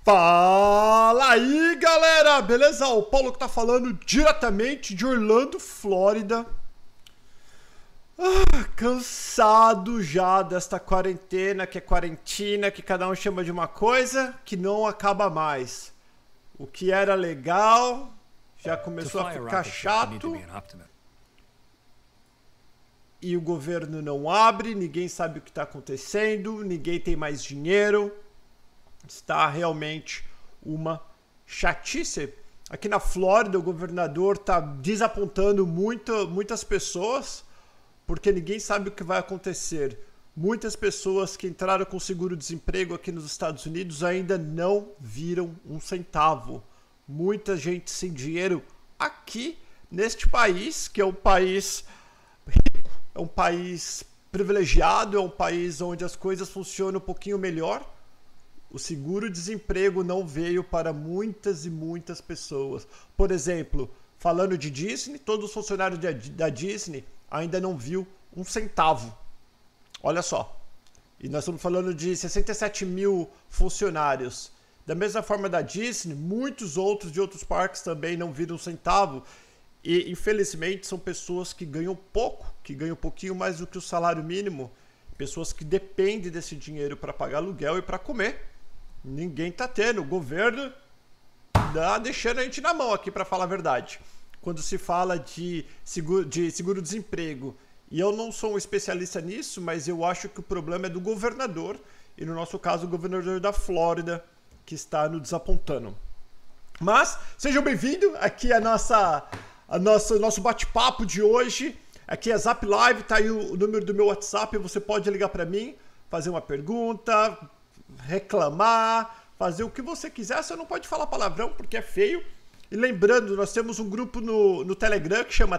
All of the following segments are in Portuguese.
Fala aí, galera! Beleza? O Paulo que tá falando diretamente de Orlando, Flórida. Cansado já desta quarentena, que é quarentina, que cada um chama de uma coisa, que não acaba mais. O que era legal já começou a ficar chato. E o governo não abre, ninguém sabe o que está acontecendo, ninguém tem mais dinheiro. Está realmente uma chatice. Aqui na Flórida, o governador está desapontando muitas pessoas, porque ninguém sabe o que vai acontecer. Muitas pessoas que entraram com seguro-desemprego aqui nos Estados Unidos ainda não viram um centavo. Muita gente sem dinheiro aqui neste país, que é um país rico, é um país privilegiado, é um país onde as coisas funcionam um pouquinho melhor. O seguro-desemprego não veio para muitas e muitas pessoas. Por exemplo, falando de Disney, todos os funcionários da Disney ainda não viu um centavo. Olha só. E nós estamos falando de 67 mil funcionários. Da mesma forma da Disney, muitos outros de outros parques também não viram um centavo. E, infelizmente, são pessoas que ganham pouco, que ganham um pouquinho mais do que o salário mínimo. Pessoas que dependem desse dinheiro para pagar aluguel e para comer. Ninguém tá tendo. O governo tá deixando a gente na mão aqui, para falar a verdade. Quando se fala de seguro-desemprego. E eu não sou um especialista nisso, mas eu acho que o problema é do governador. E no nosso caso, o governador da Flórida, que está nos desapontando. Mas, sejam bem-vindos aqui a nosso bate-papo de hoje. Aqui é Zap Live, tá aí o número do meu WhatsApp. Você pode ligar para mim, fazer uma pergunta, reclamar, fazer o que você quiser. Você não pode falar palavrão porque é feio. E lembrando, nós temos um grupo no Telegram que chama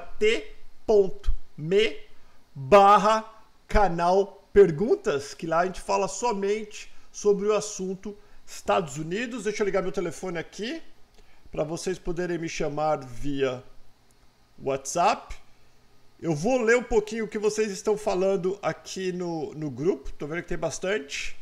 t.me/canal Perguntas, que lá a gente fala somente sobre o assunto Estados Unidos. Deixa eu ligar meu telefone aqui para vocês poderem me chamar via WhatsApp. Eu vou ler um pouquinho o que vocês estão falando aqui no grupo. Tô vendo que tem bastante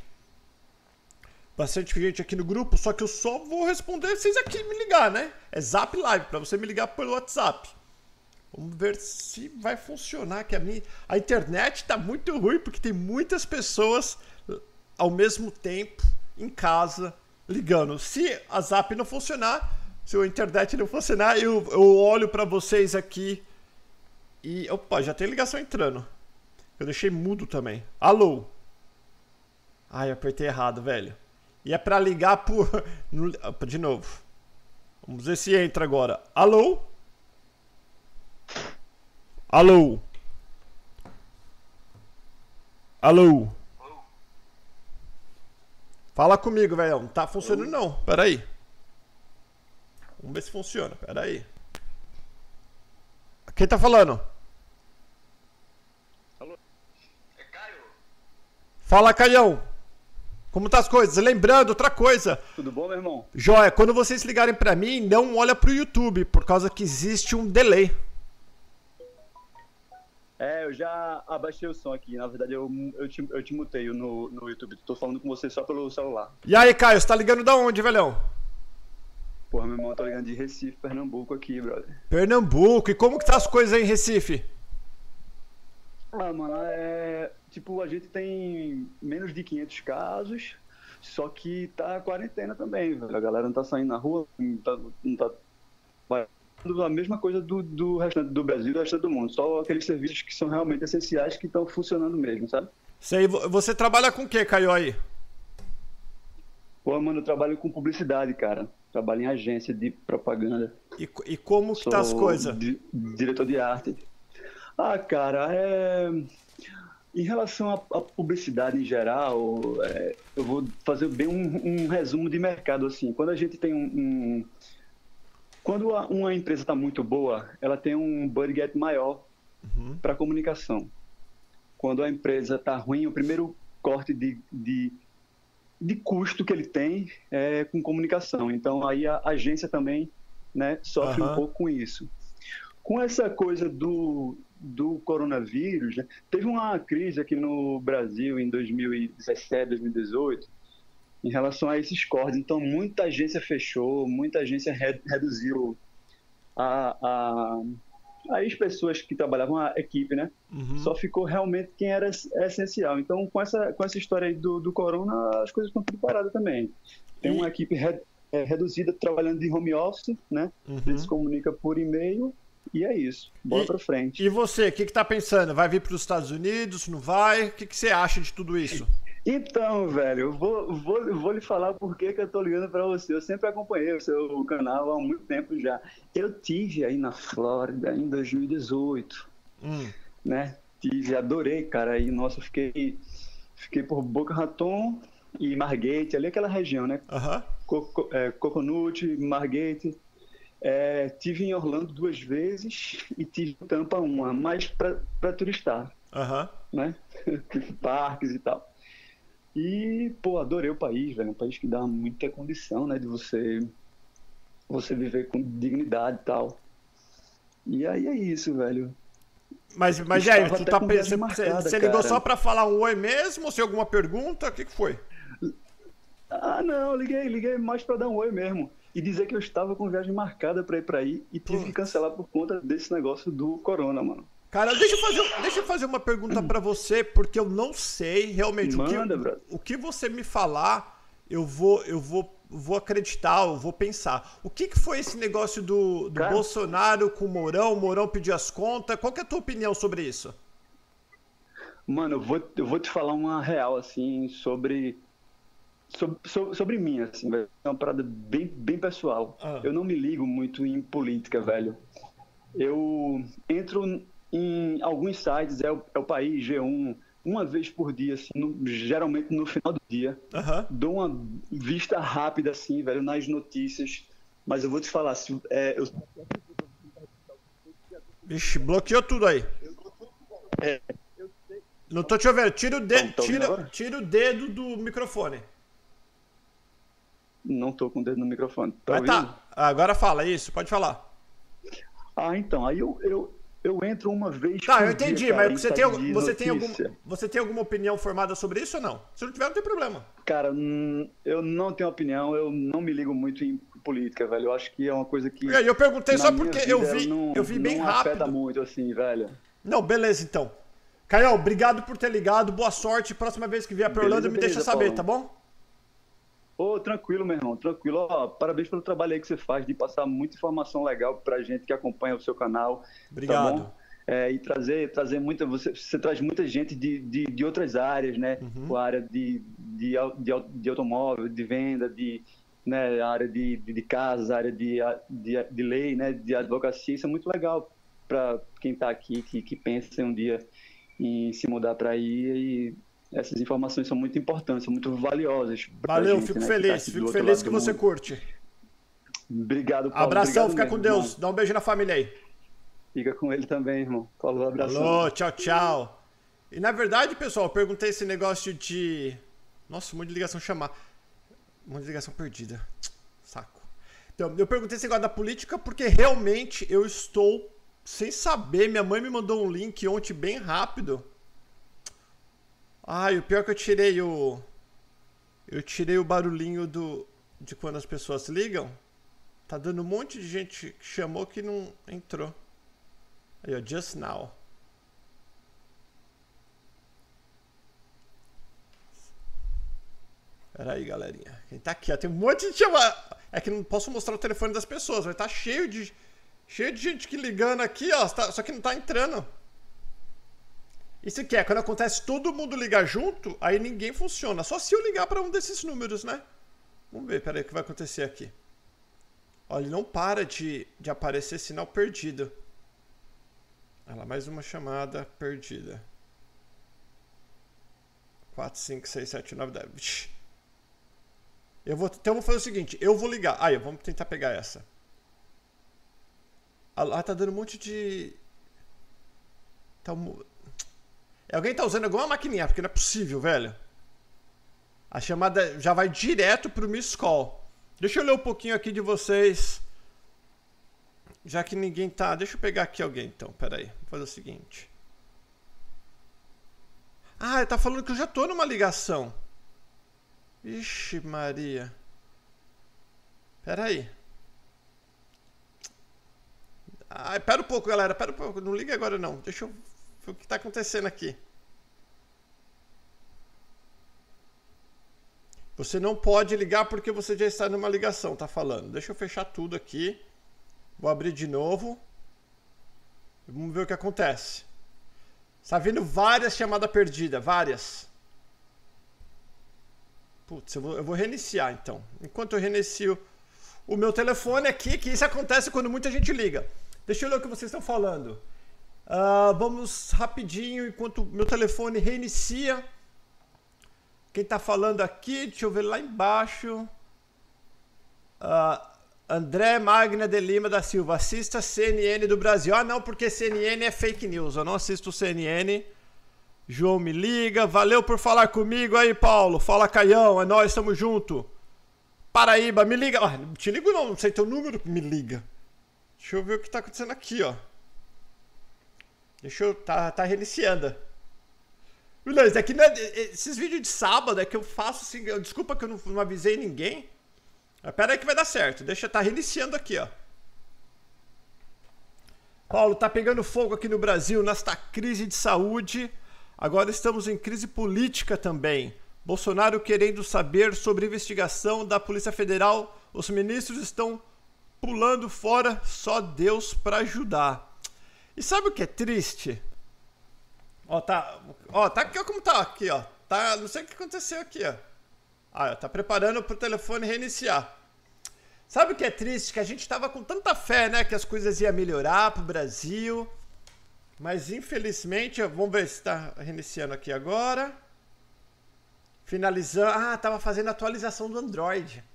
gente aqui no grupo, só que eu só vou responder vocês aqui me ligar, né? É Zap Live, para você me ligar pelo WhatsApp. Vamos ver se vai funcionar, que a internet tá muito ruim, porque tem muitas pessoas ao mesmo tempo em casa ligando. Se a Zap não funcionar, se a internet não funcionar, eu olho para vocês aqui e... Opa, já tem ligação entrando. Eu deixei mudo também. Alô? Ai, eu apertei errado, velho. E é pra ligar por... De novo. Vamos ver se entra agora. Alô? Alô? Alô? Fala comigo, velho. Não tá funcionando não. Pera aí. Vamos ver se funciona. Pera aí. Quem tá falando? Alô? É Caio? Fala, Caião. Como tá as coisas? Lembrando, outra coisa. Tudo bom, meu irmão? Joia, quando vocês ligarem pra mim, não olha pro YouTube, por causa que existe um delay. Eu já abaixei o som aqui. Na verdade, eu te mutei no YouTube. Tô falando com você só pelo celular. E aí, Caio, você tá ligando da onde, velhão? Porra, meu irmão, eu tô ligando de Recife, Pernambuco aqui, brother. Pernambuco. E como que tá as coisas aí em Recife? Mano, tipo, a gente tem menos de 500 casos, só que tá quarentena também, velho. A galera não tá saindo na rua, não tá fazendo a mesma coisa do restante do Brasil e do restante do mundo. Só aqueles serviços que são realmente essenciais que estão funcionando mesmo, sabe? Sei, você trabalha com o que, Caio, aí? Pô, mano, eu trabalho com publicidade, cara. Trabalho em agência de propaganda. E como que tá as coisas? Diretor de arte. Cara, em relação à publicidade em geral, eu vou fazer bem um resumo de mercado, assim. Quando a gente tem quando uma empresa está muito boa, ela tem um budget maior para comunicação. Quando a empresa está ruim, o primeiro corte de custo que ele tem é com comunicação. Então, aí a agência também, né, sofre um pouco com isso. Com essa coisa do coronavírus, né, teve uma crise aqui no Brasil em 2017, 2018, em relação a esses cortes. Então, muita agência fechou, muita agência reduziu a, aí as pessoas que trabalhavam, a equipe, né? Uhum. Só ficou realmente quem era essencial. Então, com essa história aí do corona, as coisas estão tudo paradas também. Tem uma E, equipe reduzida trabalhando de home office, né? A gente se uhum. comunica por e-mail e é isso. Bola E, pra frente. e você, o que tá pensando? Vai vir para os Estados Unidos? Não vai? O que você acha de tudo isso? Então, velho, eu vou lhe falar por que que eu tô ligando pra você. Eu sempre acompanhei o seu canal há muito tempo já. Eu tive aí na Flórida em 2018, Hum, né? Tive, adorei, cara. Aí, nossa, eu fiquei por Boca Raton e Margate, ali aquela região, né? aham, Coconut, Margate. Tive em Orlando 2 vezes e tive em Tampa uma, mais para turistar, aham. né? Parques e tal. E, pô, adorei o país, velho. É um país que dá muita condição, né? De você viver com dignidade e tal. E aí é isso, velho. Mas e aí, Estava até com viagem marcada, você ligou só cara. para falar um oi mesmo? Ou se alguma pergunta? O que foi? Ah, não, liguei mais para dar um oi mesmo. E dizer que eu estava com viagem marcada para ir para aí e tive que Putz. cancelar por conta desse negócio do corona, mano. Cara, deixa eu fazer uma pergunta pra você, porque eu não sei realmente Manda, brother. o que você me falar, vou acreditar, eu vou pensar. O que foi esse negócio do Cara, Bolsonaro com o Mourão pediu as contas? Qual que é a tua opinião sobre isso? mano, eu vou te falar uma real, assim, sobre mim, assim, velho. É uma parada bem, bem pessoal. Ah, Eu não me ligo muito em política, velho. Eu entro em alguns sites, é o País, G1, uma vez por dia, assim, geralmente no final do dia. aham. Dou uma vista rápida, assim, velho, nas notícias. Mas eu vou te falar, eu Vixe, bloqueou tudo aí. Não tô te ouvindo. tá ouvindo agora? Tira o dedo do microfone. Não tô com o dedo no microfone. Tá Vai ouvindo? tá. Agora fala isso, pode falar. Ah, então, aí eu entro uma vez Tá, eu por dia, entendi, cara, mas em site de notícia. você tem alguma opinião formada sobre isso ou não? Se não tiver, não tem problema. Cara, eu não tenho opinião, eu não me ligo muito em política, velho. Eu acho que é uma coisa E que aí, eu perguntei na só minha porque vida ela eu vi bem não afeta rápido. muito, assim, velho. Não, beleza então. Caio, obrigado por ter ligado, boa sorte. Próxima vez que vier pra Orlando, Beleza, me deixa beleza, saber, tá Paulão. bom? Ô, tranquilo, meu irmão, tranquilo. Ó, parabéns pelo trabalho aí que você faz, de passar muita informação legal pra gente que acompanha o seu canal, tá Obrigado. bom? E trazer muita. Você traz muita gente de outras áreas, né? Com Uhum. a área de automóvel, de venda, né, a área de casas, a área de lei, né? De advocacia. Isso é muito legal para quem está aqui, que pensa em um dia em se mudar para aí. E essas informações são muito importantes, são muito valiosas para a Valeu, gente, fico né? Que está feliz. aqui do Fico outro feliz lado que do você mundo. curte. Obrigado, Paulo. Abração, Obrigado fica com mesmo, Deus. irmão. Dá um beijo na família aí. Fica com ele também, irmão. Falou, abração. Falou, tchau, tchau. E na verdade, pessoal, eu perguntei esse negócio de. Nossa, um monte de ligação chamar. Um monte de ligação perdida. Saco. Então, eu perguntei esse negócio da política porque realmente eu estou sem saber. Minha mãe me mandou um link ontem bem rápido. Ai, o pior é que eu tirei o. Eu tirei o barulhinho de quando as pessoas ligam. Tá dando um monte de gente que chamou que não entrou. Aí, ó, just now. Pera aí, galerinha. Quem tá aqui, ó, tem um monte de chamada. É que não posso mostrar o telefone das pessoas, vai estar cheio de gente que ligando aqui, ó. Só que não tá entrando. Isso aqui é quando acontece todo mundo ligar junto, aí ninguém funciona. Só se eu ligar pra um desses números, né? Vamos ver, pera aí, o que vai acontecer aqui. Olha, ele não para de aparecer sinal perdido. Olha lá, mais uma chamada perdida. 4, 5, 6, 7, 9, 10. Vixe. Então eu vou fazer o seguinte, eu vou ligar. Aí, vamos tentar pegar essa. Ah, lá tá dando um monte de... Alguém tá usando alguma maquininha, porque não é possível, velho. A chamada já vai direto pro miss call. Deixa eu ler um pouquinho aqui de vocês. Já que ninguém tá... Deixa eu pegar aqui alguém, então. Pera aí. Vou fazer o seguinte. Ah, ele tá falando que eu já tô numa ligação. Ixi, Maria. Pera aí. Ai, pera um pouco, galera. Pera um pouco. Não liga agora, não. Deixa eu ver o que tá acontecendo aqui. Você não pode ligar porque você já está numa ligação, tá falando. Deixa eu fechar tudo aqui. Vou abrir de novo. Vamos ver o que acontece. Está vindo várias chamadas perdidas. Várias. Putz, eu vou reiniciar então. Enquanto eu reinicio o meu telefone aqui, que isso acontece quando muita gente liga. Deixa eu ler o que vocês estão falando. Vamos rapidinho, enquanto meu telefone reinicia. Quem tá falando aqui, deixa eu ver lá embaixo. André Magna de Lima da Silva, assista CNN do Brasil. Ah, não, porque CNN é fake news. Eu não assisto CNN. João me liga. Valeu por falar comigo aí, Paulo. Fala, Caião. É nóis, tamo junto. Paraíba, me liga. Ah, não te ligo não, não sei teu número. Me liga. Deixa eu ver o que tá acontecendo aqui, ó. Deixa eu... Tá reiniciando. Beleza, aqui esses vídeos de sábado é que eu faço assim... Desculpa que eu não avisei ninguém. Mas pera aí que vai dar certo. Deixa eu tá reiniciando aqui, ó. Paulo, tá pegando fogo aqui no Brasil nesta crise de saúde. Agora estamos em crise política também. Bolsonaro querendo saber sobre a investigação da Polícia Federal. Os ministros estão pulando fora, só Deus para ajudar. E sabe o que é triste? Ó, tá aqui, ó, como tá aqui, ó. Tá, não sei o que aconteceu aqui, ó. Tá preparando pro telefone reiniciar. Sabe o que é triste? Que a gente tava com tanta fé, né, que as coisas iam melhorar pro Brasil. Mas infelizmente, vamos ver se tá reiniciando aqui agora. Finalizando. Tava fazendo atualização do Android.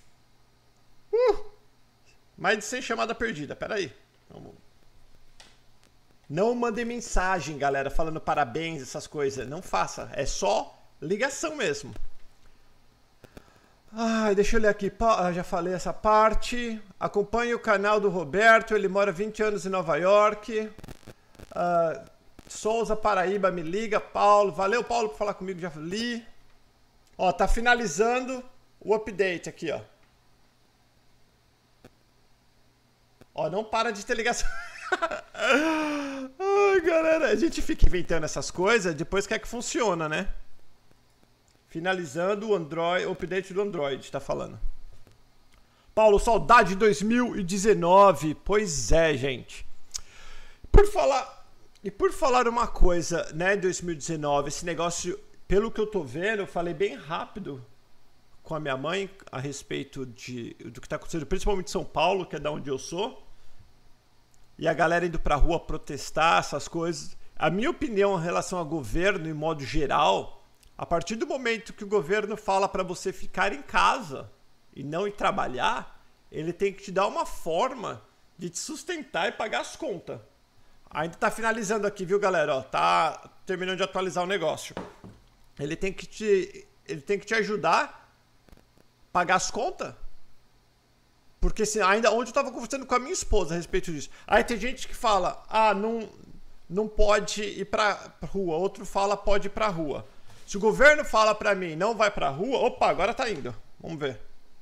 Mais de 100 chamadas perdidas. Pera aí. Vamos. Não mandem mensagem, galera, falando parabéns, essas coisas. Não faça. É só ligação mesmo. Deixa eu ler aqui. Já falei essa parte. Acompanhe o canal do Roberto. Ele mora 20 anos em Nova York. Souza, Paraíba, me liga. Paulo. Valeu, Paulo, por falar comigo. Já li. Ó, tá finalizando o update aqui, ó. Ó, não para de ter ligação. Ai, galera, a gente fica inventando essas coisas, depois quer que funciona, né? Finalizando o Android, o update do Android, tá falando. Paulo, saudade de 2019. Pois é, gente. Por falar uma coisa, né, 2019, esse negócio, pelo que eu tô vendo, eu falei bem rápido com a minha mãe a respeito do que tá acontecendo, principalmente em São Paulo, que é da onde eu sou. E a galera indo pra rua protestar, essas coisas. A minha opinião em relação ao governo, em modo geral, a partir do momento que o governo fala pra você ficar em casa e não ir trabalhar, ele tem que te dar uma forma de te sustentar e pagar as contas. Ainda tá finalizando aqui, viu, galera? Ó, tá terminando de atualizar o negócio. Ele tem que te ajudar a pagar as contas. Porque ainda ontem eu tava conversando com a minha esposa a respeito disso. Aí tem gente que fala, não pode ir pra rua. Outro fala, pode ir pra rua. Se o governo fala pra mim, não vai pra rua, opa, agora tá indo. Vamos ver.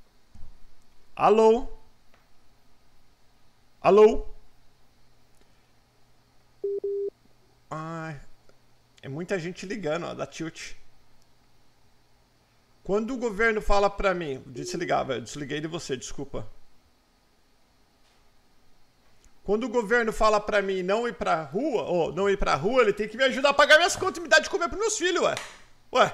Alô? Alô? É muita gente ligando, ó, da Tilt. Quando o governo fala pra mim... Desligar, velho. Desliguei de você, desculpa. Quando o governo fala pra mim não ir pra rua, ele tem que me ajudar a pagar minhas contas e me dar de comer pros meus filhos, ué. Ué.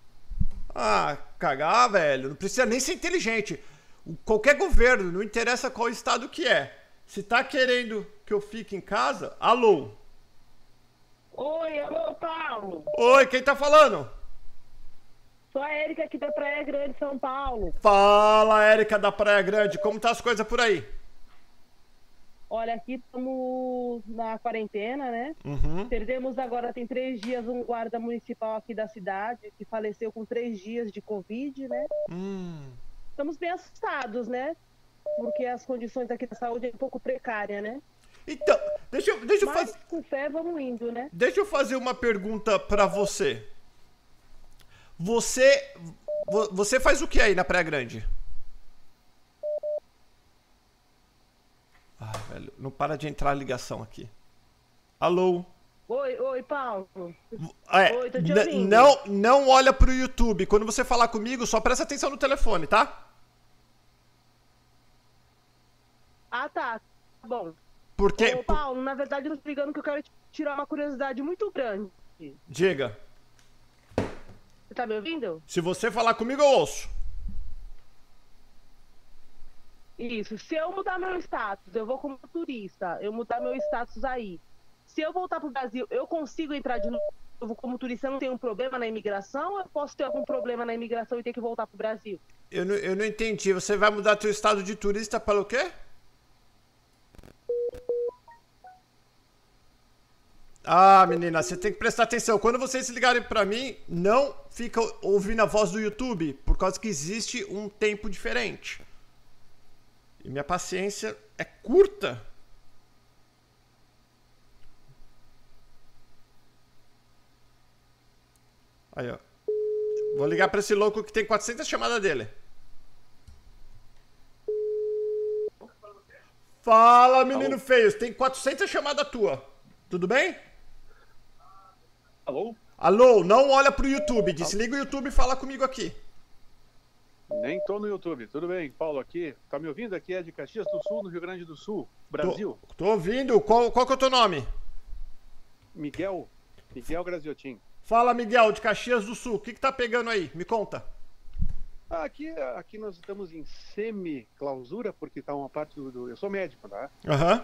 Cagar, velho. Não precisa nem ser inteligente. Qualquer governo, não interessa qual estado que é. Se tá querendo que eu fique em casa, alô? Oi, alô, Paulo. Oi, quem tá falando? Sou a Érica aqui da Praia Grande, São Paulo. Fala, Érica da Praia Grande. Como tá as coisas por aí? Olha, aqui estamos na quarentena, né? Perdemos agora, tem 3 dias, um guarda municipal aqui da cidade que faleceu com 3 dias de Covid, né? Estamos bem assustados, né? Porque as condições aqui da saúde é um pouco precária, né? Então, deixa eu fazer... com fé vamos indo, né? Deixa eu fazer uma pergunta pra você. Você Você faz o que aí na Praia Grande? Ah, velho, não para de entrar a ligação aqui. Alô? Oi, Paulo. Oi, tô te ouvindo. Não olha pro YouTube. Quando você falar comigo, só presta atenção no telefone, tá? Ah, tá. Bom. Porque... Ô, Paulo, na verdade eu tô ligando que eu quero tirar uma curiosidade muito grande. Diga. Você tá me ouvindo? Se você falar comigo, eu ouço. Isso. Se eu mudar meu status, eu vou como turista, eu mudar meu status aí. Se eu voltar pro Brasil, eu consigo entrar de novo como turista? Eu não tenho um problema na imigração? Ou eu posso ter algum problema na imigração e ter que voltar pro Brasil? Eu não entendi. Você vai mudar teu estado de turista para o quê? Ah, menina, você tem que prestar atenção. Quando vocês se ligarem pra mim, não fica ouvindo a voz do YouTube, por causa que existe um tempo diferente. E minha paciência é curta. Aí, ó. Vou ligar pra esse louco que tem 400 chamadas dele. Fala, menino feio. Tem 400 chamadas tua. Tudo bem? Alô? Alô, não olha pro YouTube. Desliga o YouTube e fala comigo aqui. Nem tô no YouTube. Tudo bem, Paulo aqui. Tá me ouvindo? Aqui é de Caxias do Sul, no Rio Grande do Sul, Brasil. Tô ouvindo. Qual que é o teu nome? Miguel Graziotin. Fala, Miguel, de Caxias do Sul. O que tá pegando aí? Me conta. Aqui nós estamos em semi-clausura, porque tá uma parte eu sou médico, tá? Uhum.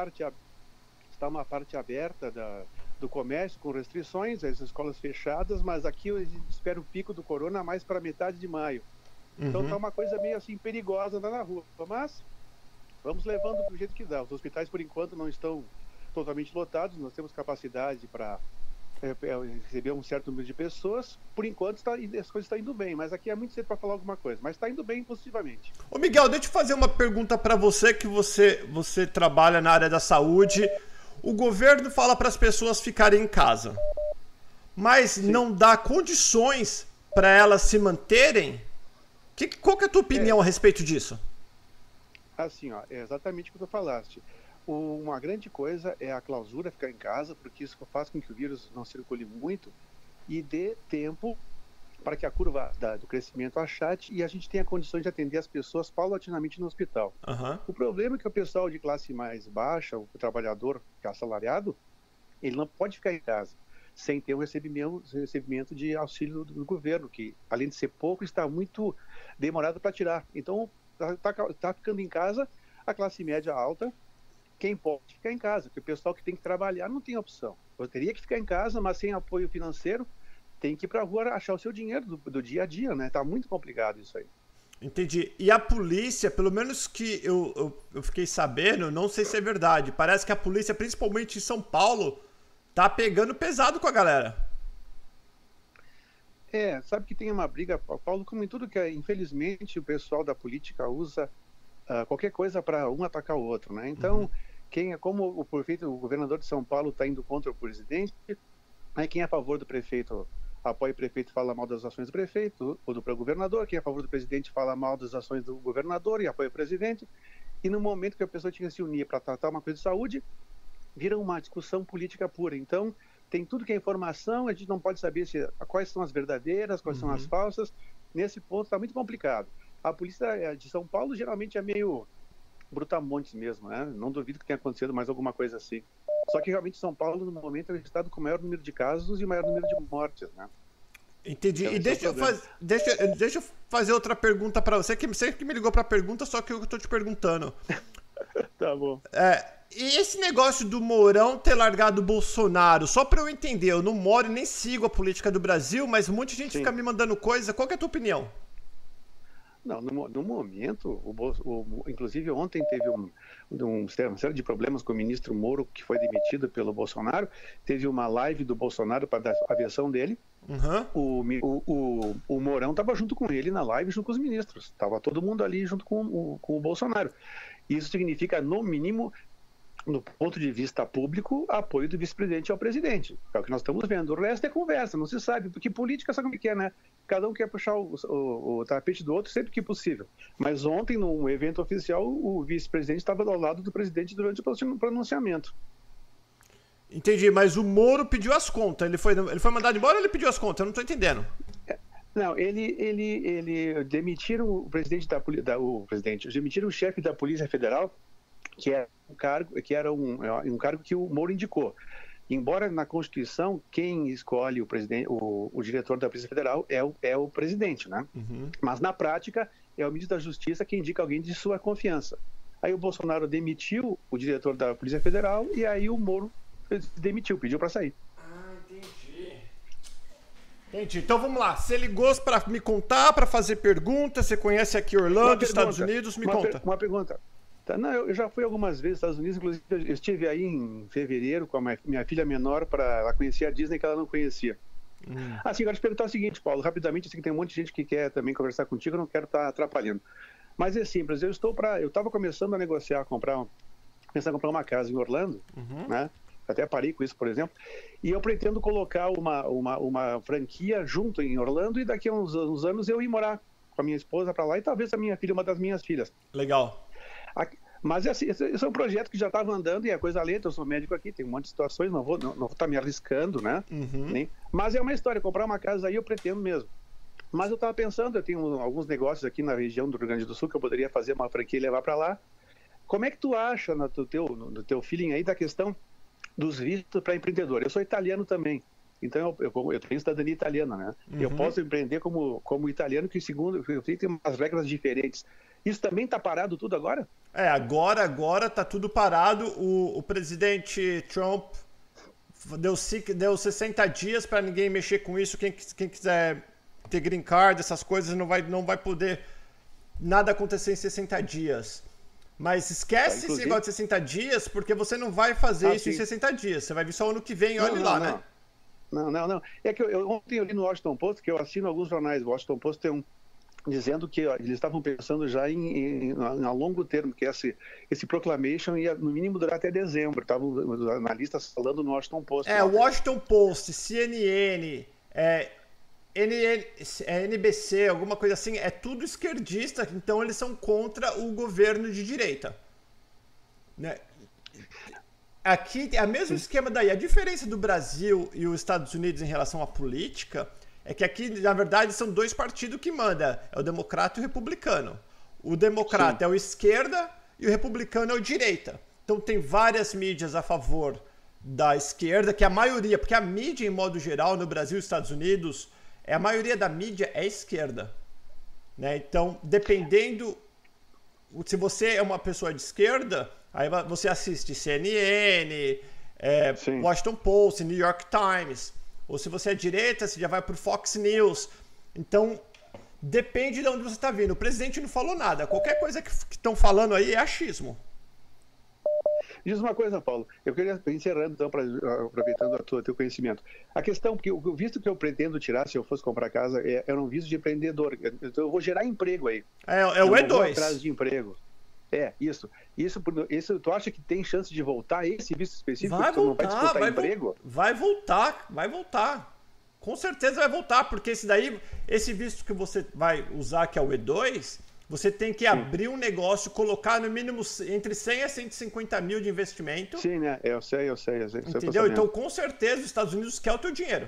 Está uma parte aberta do comércio com restrições, as escolas fechadas, mas aqui eu espero o pico do corona mais para metade de maio. Então tá uma coisa meio assim perigosa andar na rua, mas vamos levando do jeito que dá. Os hospitais por enquanto não estão totalmente lotados, nós temos capacidade para receber um certo número de pessoas. Por enquanto as coisas estão indo bem, mas aqui é muito cedo para falar alguma coisa, mas está indo bem positivamente. Ô Miguel, deixa eu fazer uma pergunta para você, que você trabalha na área da saúde. O governo fala para as pessoas ficarem em casa, mas Sim. não dá condições para elas se manterem? Qual que é a tua opinião a respeito disso? Assim, ó, é exatamente o que tu falaste. Uma grande coisa é a clausura, ficar em casa, porque isso faz com que o vírus não circule muito e dê tempo para que a curva do crescimento achate e a gente tenha condições de atender as pessoas paulatinamente no hospital. Uhum. O problema é que o pessoal de classe mais baixa, o trabalhador que é assalariado, ele não pode ficar em casa sem ter um recebimento de auxílio do governo, que além de ser pouco, está muito demorado para tirar. Então, está ficando em casa a classe média alta, quem pode ficar em casa, porque o pessoal que tem que trabalhar não tem opção. Eu teria que ficar em casa, mas sem apoio financeiro, tem que ir para a rua achar o seu dinheiro do dia a dia, né? Tá muito complicado isso aí. Entendi. E a polícia, pelo menos que eu fiquei sabendo, não sei se é verdade, parece que a polícia, principalmente em São Paulo, tá pegando pesado com a galera. Sabe que tem uma briga, Paulo, como em tudo que infelizmente o pessoal da política usa qualquer coisa para um atacar o outro, né? Então, como o governador de São Paulo está indo contra o presidente, aí quem é a favor do prefeito apoia o prefeito e fala mal das ações do prefeito ou do governador, quem é a favor do presidente fala mal das ações do governador e apoia o presidente, e no momento que a pessoa tinha que se unir para tratar uma coisa de saúde, vira uma discussão política pura. Então, tem tudo que é informação, a gente não pode saber quais são as verdadeiras, quais são as falsas. Nesse ponto está muito complicado. A polícia de São Paulo geralmente é meio brutamontes mesmo, né? Não duvido que tenha acontecido mais alguma coisa assim. Só que realmente São Paulo, no momento, é o estado com o maior número de casos e o maior número de mortes, né? Entendi. Então, e deixa eu fazer outra pergunta para você, que você que me ligou para a pergunta, só que eu estou te perguntando. Tá bom. E esse negócio do Mourão ter largado o Bolsonaro, só para eu entender, eu não moro e nem sigo a política do Brasil, mas um monte de gente Sim. fica me mandando coisa. Qual que é a tua opinião? Não, no momento, inclusive ontem teve uma série de problemas com o ministro Moro, que foi demitido pelo Bolsonaro. Teve uma live do Bolsonaro para dar a versão dele. O Mourão estava junto com ele na live, junto com os ministros. Estava todo mundo ali junto com o Bolsonaro. Isso significa, no mínimo, no ponto de vista público, apoio do vice-presidente ao presidente. É o que nós estamos vendo. O resto é conversa, não se sabe, porque política sabe como é que é, né? Cada um quer puxar o tapete do outro sempre que possível. Mas ontem, num evento oficial, o vice-presidente estava ao lado do presidente durante o pronunciamento. Entendi, mas o Moro pediu as contas. Ele foi mandado embora ou ele pediu as contas? Eu não estou entendendo. Não, ele demitiram o presidente demitiram o chefe da Polícia Federal, que era um cargo que o Moro indicou. Embora na Constituição quem escolhe o diretor da Polícia Federal é o presidente, né? Uhum. Mas na prática é o ministro da Justiça que indica alguém de sua confiança. Aí o Bolsonaro demitiu o diretor da Polícia Federal e aí o Moro demitiu, pediu para sair. Entendi. Então vamos lá. Você ligou para me contar, para fazer perguntas. Você conhece aqui Orlando, Estados Unidos? Me conta. Uma pergunta. Tá, não, eu já fui algumas vezes nos Estados Unidos, inclusive eu estive aí em fevereiro com a minha filha menor para ela conhecer a Disney que ela não conhecia. Assim, agora te perguntar o seguinte, Paulo, rapidamente, eu sei que tem um monte de gente que quer também conversar contigo, eu não quero estar atrapalhando. Mas é simples, eu estava começando a negociar, pensar em comprar uma casa em Orlando, né? Até parei com isso, por exemplo, e eu pretendo colocar uma franquia junto em Orlando e daqui a uns anos eu ir morar com a minha esposa para lá e talvez a minha filha, uma das minhas filhas. Legal. Mas assim, esse é um projeto que já estava andando e é coisa lenta, eu sou médico aqui, tem um monte de situações, não vou estar me arriscando, né? Mas é uma história, comprar uma casa aí eu pretendo mesmo. Mas eu estava pensando, eu tenho alguns negócios aqui na região do Rio Grande do Sul que eu poderia fazer uma franquia e levar para lá. Como é que tu acha, no teu feeling aí, da questão dos vistos para empreendedor? Eu sou italiano também, então eu tenho cidadania italiana, né? Eu posso empreender como italiano, que segundo eu sei, tem umas regras diferentes. Isso também está parado tudo agora? Agora está tudo parado. O presidente Trump deu 60 dias para ninguém mexer com isso. Quem quiser ter green card, essas coisas, não vai poder nada acontecer em 60 dias. Mas esquece esse negócio de 60 dias, porque você não vai fazer isso em 60 dias. Você vai vir só ano que vem, olha lá, né? Não. É que ontem eu li no Washington Post, que eu assino alguns jornais, o Washington Post tem dizendo que eles estavam pensando já a longo termo, que esse proclamation ia no mínimo durar até dezembro. Estavam os analistas falando no Washington Post. Washington Post, CNN, NBC, alguma coisa assim, é tudo esquerdista, então eles são contra o governo de direita. Né? Aqui é o mesmo esquema daí. A diferença do Brasil e os Estados Unidos em relação à política é que aqui, na verdade, são dois partidos que mandam. É o democrata e o republicano. O democrata é o esquerda e o republicano é o direita. Então tem várias mídias a favor da esquerda, que a maioria, porque a mídia, em modo geral, no Brasil e nos Estados Unidos, a maioria da mídia é esquerda. Né? Então, dependendo... Se você é uma pessoa de esquerda, aí você assiste CNN, Washington Post, New York Times... Ou se você é direita, você já vai pro Fox News. Então, depende de onde você está vindo. O presidente não falou nada. Qualquer coisa que estão falando aí é achismo. Diz uma coisa, Paulo. Eu queria, encerrando, então, aproveitando o teu conhecimento. A questão, porque o visto que eu pretendo tirar, se eu fosse comprar casa, é um visto de empreendedor. Então, eu vou gerar emprego aí. É o E2. Vou atrás de emprego. Isso, tu acha que tem chance de voltar esse visto específico? Vai voltar, não vai disputar emprego? Vai voltar. Com certeza vai voltar, porque esse visto que você vai usar, que é o E2, você tem que abrir um negócio, colocar no mínimo entre 100 a 150 mil de investimento. Sim, né? Eu sei. Entendeu? Então, com certeza, os Estados Unidos querem o teu dinheiro.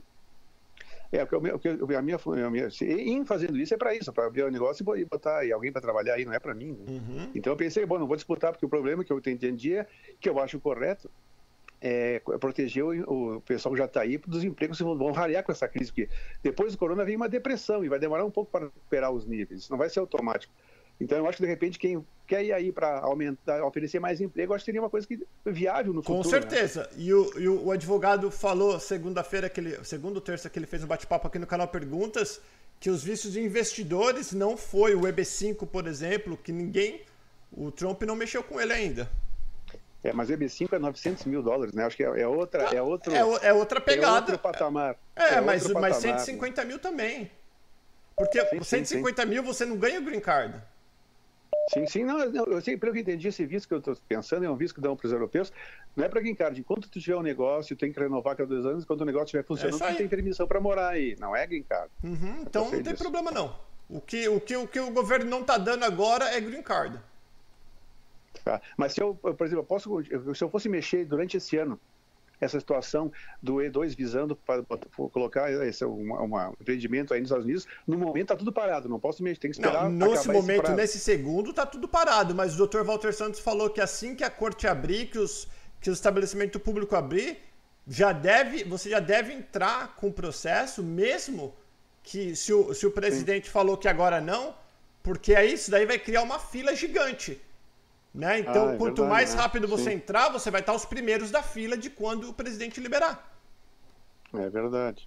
Em fazendo isso é para isso, para abrir o negócio e botar alguém para trabalhar aí, não é para mim. Né? Então eu pensei, não vou disputar, porque o problema que eu entendi é que eu acho correto proteger o pessoal que já está aí dos empregos que vão rarear com essa crise, porque depois do corona vem uma depressão e vai demorar um pouco para recuperar os níveis, isso não vai ser automático. Então eu acho que de repente quem quer ir aí para aumentar, oferecer mais emprego, eu acho que seria uma coisa viável no futuro. Com certeza. Né? E o advogado falou segunda-feira, segunda ou terça que ele fez um bate-papo aqui no canal Perguntas, que os vistos de investidores não foi o EB5, por exemplo, que o Trump não mexeu com ele ainda. Mas o EB5 é 900 mil dólares, né? Acho que é outra pegada. É outro patamar. Mas 150 mil também. Porque 150 mil você não ganha o green card. Sim, não, eu sei, pelo que eu entendi, esse visto que eu estou pensando é um visto que dão para os europeus, não é para green card. Enquanto tu tiver um negócio, tem que renovar cada 2 anos, quando o negócio estiver funcionando, tu tem permissão para morar aí, não é green card. Então não tem problema não. O que o governo não está dando agora é green card. Tá. Mas se eu, por exemplo, se eu fosse mexer durante esse ano, essa situação do E2 visando para colocar um empreendimento aí nos Estados Unidos, no momento está tudo parado, não posso mexer, tem que esperar. Não, nesse momento, nesse segundo, está tudo parado, mas o Dr. Walter Santos falou que assim que a corte abrir, que o estabelecimento público abrir, você já deve entrar com o processo, mesmo que se o presidente falou que agora não, porque aí isso daí vai criar uma fila gigante. Né? Então, quanto mais rápido você entrar, você vai estar os primeiros da fila de quando o presidente liberar. É verdade.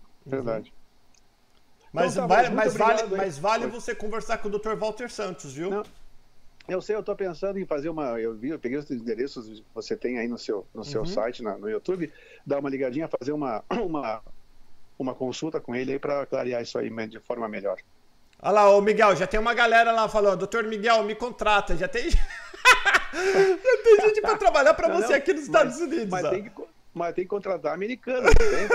Mas, então, mas vale você conversar com o Dr. Walter Santos, viu? Não, eu sei, eu estou pensando em fazer eu peguei os endereços que você tem aí no seu site, no YouTube, dar uma ligadinha, fazer uma consulta com ele aí para clarear isso aí de forma melhor. Olha lá, ô Miguel, já tem uma galera lá falando, doutor Miguel, me contrata, já tem gente para trabalhar para você aqui nos Estados Unidos. Mas tem que contratar americano.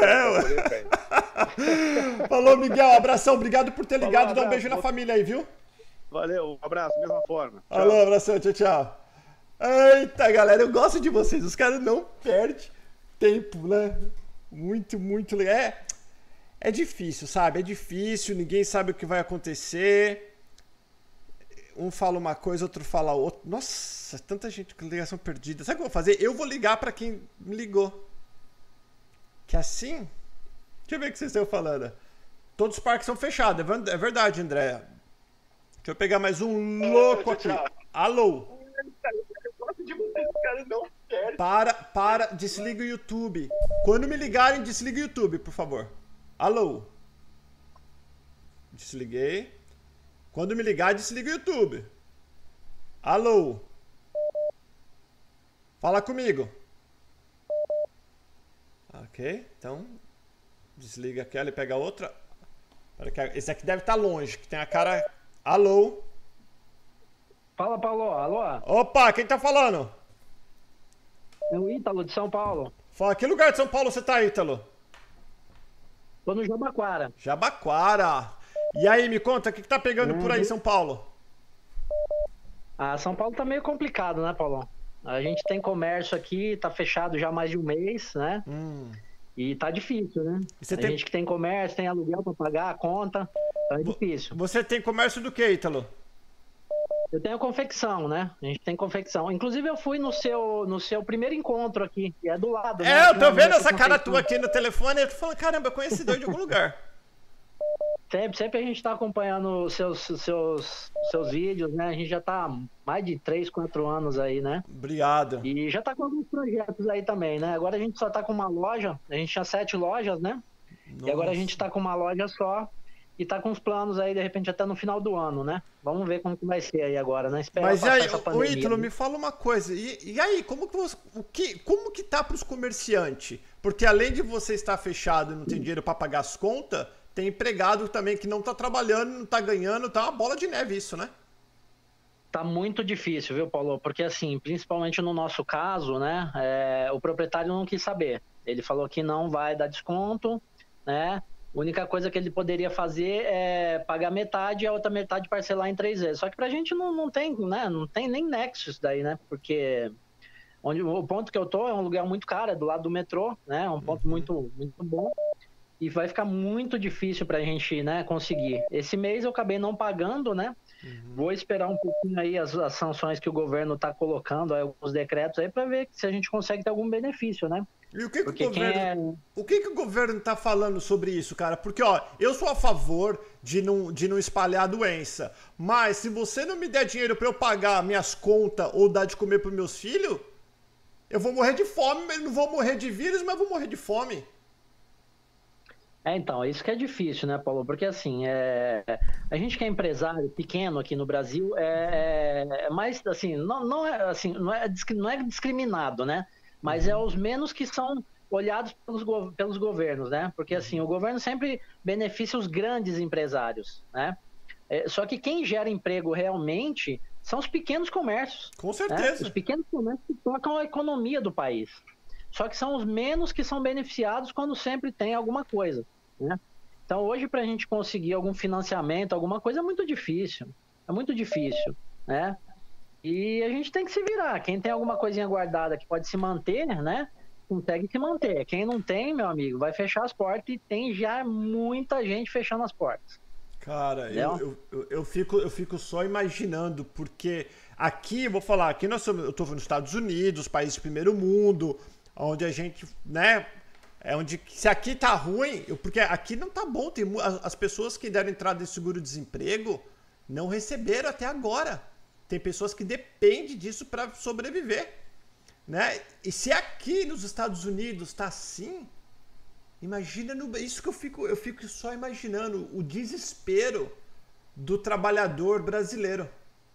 Falou, Miguel, abração, obrigado por ter ligado, dá um beijo na família aí, viu? Valeu, um abraço, mesma forma. Tchau. Alô, abração, tchau. Eita, galera, eu gosto de vocês, os caras não perdem tempo, né? Muito legal. É difícil, sabe? É difícil, ninguém sabe o que vai acontecer. Um fala uma coisa, outro fala outra. Nossa, tanta gente com ligação perdida. Sabe o que eu vou fazer? Eu vou ligar para quem me ligou. Que assim... Deixa eu ver o que vocês estão falando. Todos os parques são fechados. É verdade, André. Deixa eu pegar mais um louco aqui. Alô? Para, desliga o YouTube. Quando me ligarem, desliga o YouTube, por favor. Alô? Desliguei. Quando me ligar, desliga o YouTube. Alô? Fala comigo. Ok, então desliga aquela e pega outra. Esse aqui deve estar longe, que tem a cara... Alô? Fala, Paulo. Alô? Opa, quem tá falando? É o Ítalo, de São Paulo. Fala, que lugar de São Paulo você tá, Ítalo? Tô no Jabaquara. Jabaquara. E aí, me conta, o que tá pegando por aí em São Paulo? São Paulo tá meio complicado, né, Paulão? A gente tem comércio aqui, tá fechado já há mais de um mês, né? E tá difícil, né? Gente que tem comércio, tem aluguel pra pagar, a conta, tá difícil. Você tem comércio do que, Ítalo? Eu tenho confecção, né? A gente tem confecção. Inclusive, eu fui no seu primeiro encontro aqui, que é do lado. Né? Eu tô vendo essa cara tua aqui no telefone e eu tô falando, caramba, eu conheço esse doido de algum lugar. Sempre a gente tá acompanhando os seus vídeos, né? A gente já tá há mais de 3, 4 anos aí, né? Obrigado. E já tá com alguns projetos aí também, né? Agora a gente só tá com uma loja, a gente tinha 7 lojas, né? Nossa. E agora a gente tá com uma loja só e tá com os planos aí, de repente, até no final do ano, né? Vamos ver como que vai ser aí agora, né? Esperar Mas aí, essa pandemia, Ítalo, né? me fala uma coisa, e aí, como que tá pros comerciantes? Porque além de você estar fechado e não tem dinheiro para pagar as contas, tem empregado também que não tá trabalhando, não tá ganhando, tá uma bola de neve isso, né? Tá muito difícil, viu, Paulo? Porque assim, principalmente no nosso caso, né, o proprietário não quis saber. Ele falou que não vai dar desconto, né? A única coisa que ele poderia fazer é pagar metade e a outra metade parcelar em 3 vezes. Só que pra gente não tem, né? Não tem nem nexo isso daí, né? Porque o ponto que eu tô é um lugar muito caro, é do lado do metrô, né? É um ponto muito bom. E vai ficar muito difícil pra gente, né, conseguir. Esse mês eu acabei não pagando, né? Vou esperar um pouquinho aí as sanções que o governo tá colocando, aí, alguns decretos aí, pra ver se a gente consegue ter algum benefício, né? E o que o governo tá falando sobre isso, cara? Porque, ó, eu sou a favor de não espalhar a doença. Mas se você não me der dinheiro pra eu pagar minhas contas ou dar de comer pros meus filhos, eu vou morrer de fome. Eu não vou morrer de vírus, mas vou morrer de fome. Então, isso que é difícil, né, Paulo? Porque, assim, a gente que é empresário pequeno aqui no Brasil, mais, assim, não é discriminado, né? Mas é os menos que são olhados pelos governos, né? Porque, assim, o governo sempre beneficia os grandes empresários, né? Só que quem gera emprego realmente são os pequenos comércios. Com certeza. Os pequenos comércios que tocam a economia do país. Só que são os menos que são beneficiados quando sempre tem alguma coisa, né? Então, hoje, para a gente conseguir algum financiamento, alguma coisa, é muito difícil. É muito difícil, né? E a gente tem que se virar. Quem tem alguma coisinha guardada que pode se manter, né? Consegue se manter. Quem não tem, meu amigo, vai fechar as portas e tem já muita gente fechando as portas. Cara, eu fico só imaginando, porque aqui, vou falar, aqui eu tô nos Estados Unidos, país de primeiro mundo, onde a gente, né, onde se aqui tá ruim, porque aqui não tá bom, tem as pessoas que deram entrada em seguro-desemprego não receberam até agora. Tem pessoas que dependem disso para sobreviver, né? E se aqui nos Estados Unidos tá assim, imagina isso que eu fico só imaginando o desespero do trabalhador brasileiro.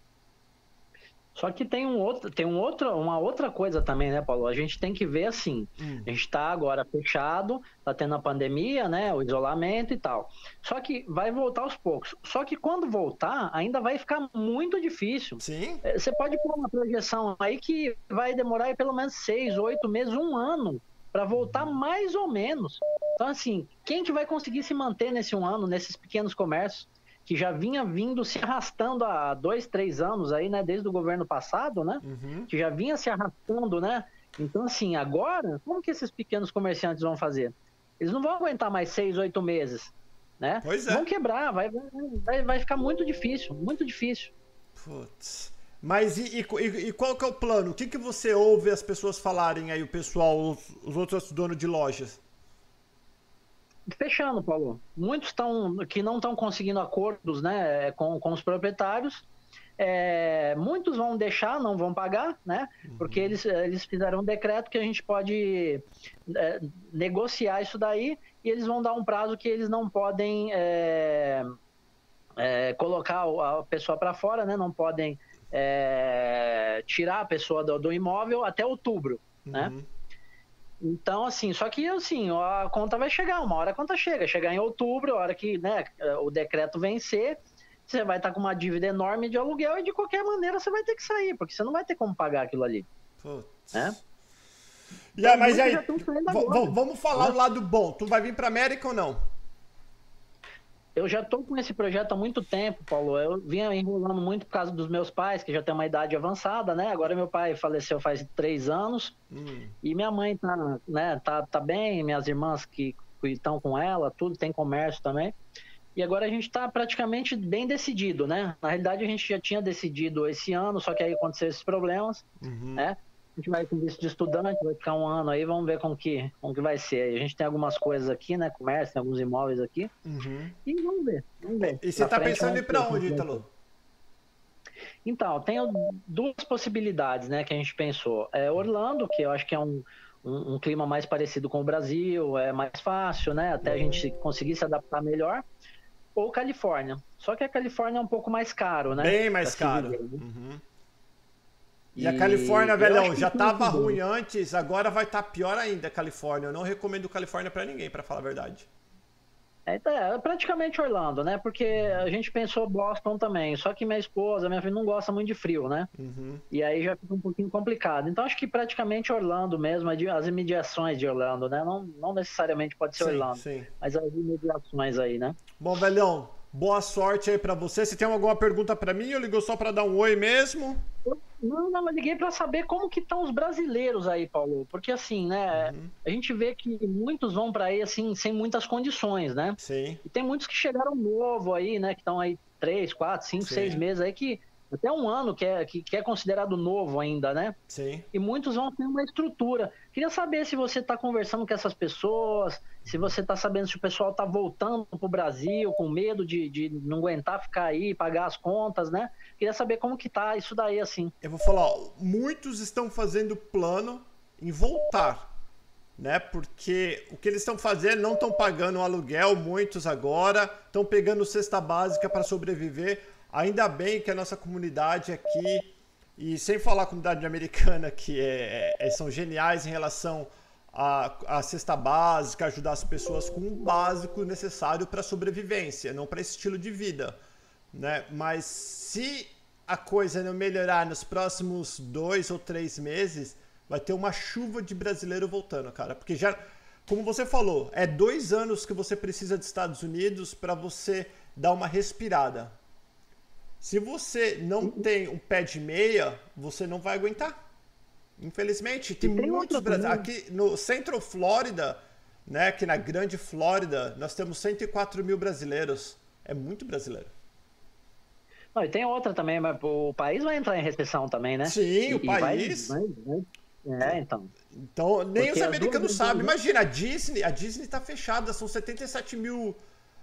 Só que tem uma outra coisa também, né, Paulo? A gente tem que ver assim, a gente está agora fechado, está tendo a pandemia, né, o isolamento e tal. Só que vai voltar aos poucos. Só que quando voltar, ainda vai ficar muito difícil. Sim. Você pode pôr uma projeção aí que vai demorar aí pelo menos 6, 8 meses, 1 ano, para voltar mais ou menos. Então, assim, quem que vai conseguir se manter nesse 1 ano, nesses pequenos comércios, que já vinha vindo se arrastando há 2, 3 anos aí, né, desde o governo passado, né, que já vinha se arrastando, né? Então, assim, agora, como que esses pequenos comerciantes vão fazer? Eles não vão aguentar mais 6, 8 meses, né? Pois é. Vão quebrar, vai ficar muito difícil, muito difícil. Putz. Mas e qual que é o plano? O que você ouve as pessoas falarem aí, o pessoal, os outros donos de lojas? Fechando, Paulo. Muitos que não estão conseguindo acordos, né, com os proprietários. Muitos vão deixar, não vão pagar, né? Porque eles fizeram um decreto que a gente pode negociar isso daí e eles vão dar um prazo que eles não podem colocar a pessoa para fora, né? Não podem tirar a pessoa do imóvel até outubro, né? Então, assim, só que assim, a conta vai chegar, uma hora a conta chegar em outubro, a hora que, né, o decreto vencer, você vai estar com uma dívida enorme de aluguel e de qualquer maneira você vai ter que sair, porque você não vai ter como pagar aquilo ali. Putz. Né? Mas aí, vamos falar o lado bom. Tu vai vir para América ou não? Eu já estou com esse projeto há muito tempo, Paulo. Eu vinha enrolando muito por causa dos meus pais, que já tem uma idade avançada, né? Agora meu pai faleceu faz 3 anos e minha mãe tá bem, minhas irmãs que estão com ela, tudo, tem comércio também. E agora a gente está praticamente bem decidido, né? Na realidade a gente já tinha decidido esse ano, só que aí aconteceram esses problemas, né? A gente vai com visto de estudante, vai ficar 1 ano aí, vamos ver como que vai ser. A gente tem algumas coisas aqui, né? Comércio, tem alguns imóveis aqui. E vamos ver. E você tá pensando em ir para onde, Ítalo? Então, tem 2 possibilidades, né, que a gente pensou. Orlando, que eu acho que é um clima mais parecido com o Brasil, é mais fácil, né? Até a gente conseguir se adaptar melhor. Ou Califórnia. Só que a Califórnia é um pouco mais caro, né? Bem mais caro. E a Califórnia, velhão, já tava ruim antes, agora vai estar pior ainda a Califórnia. Eu não recomendo Califórnia para ninguém, para falar a verdade. É praticamente Orlando, né? Porque a gente pensou Boston também, só que minha esposa, minha filha não gosta muito de frio, né? E aí já fica um pouquinho complicado. Então acho que praticamente Orlando mesmo, as imediações de Orlando, né? Não necessariamente pode ser Orlando, mas as imediações aí, né? Bom, velhão, boa sorte aí pra você. Você tem alguma pergunta pra mim ou ligou só pra dar um oi mesmo? Não, eu liguei para saber como que estão os brasileiros aí, Paulo, porque assim, né, a gente vê que muitos vão para aí assim, sem muitas condições, né? Sim. E tem muitos que chegaram novo aí, né, que estão aí 3, 4, 5, 6 meses aí, que até 1 ano que é considerado novo ainda, né? Sim. E muitos vão ter uma estrutura. Queria saber se você está conversando com essas pessoas, se você está sabendo se o pessoal está voltando para o Brasil com medo de não aguentar ficar aí, pagar as contas, né? Queria saber como que tá isso daí, assim. Eu vou falar, muitos estão fazendo plano em voltar, né? Porque o que eles estão fazendo, não estão pagando aluguel, muitos agora, estão pegando cesta básica para sobreviver. Ainda bem que a nossa comunidade aqui, e sem falar a comunidade americana, que são geniais em relação à cesta básica, ajudar as pessoas com o básico necessário para sobrevivência, não para esse estilo de vida, né? Mas se a coisa não melhorar nos próximos 2 ou 3 meses, vai ter uma chuva de brasileiro voltando, cara. Porque já, como você falou, é 2 anos que você precisa dos Estados Unidos para você dar uma respirada. Se você não tem um pé de meia, você não vai aguentar. Infelizmente, tem muitos brasileiros. Aqui no Central Florida, né, aqui na Grande Flórida, nós temos 104 mil brasileiros. É muito brasileiro. Não, e tem outra também, mas o país vai entrar em recessão também, né? Sim, o país. Então. Então, nem porque os americanos sabem. Imagina, a Disney tá fechada, são 77 mil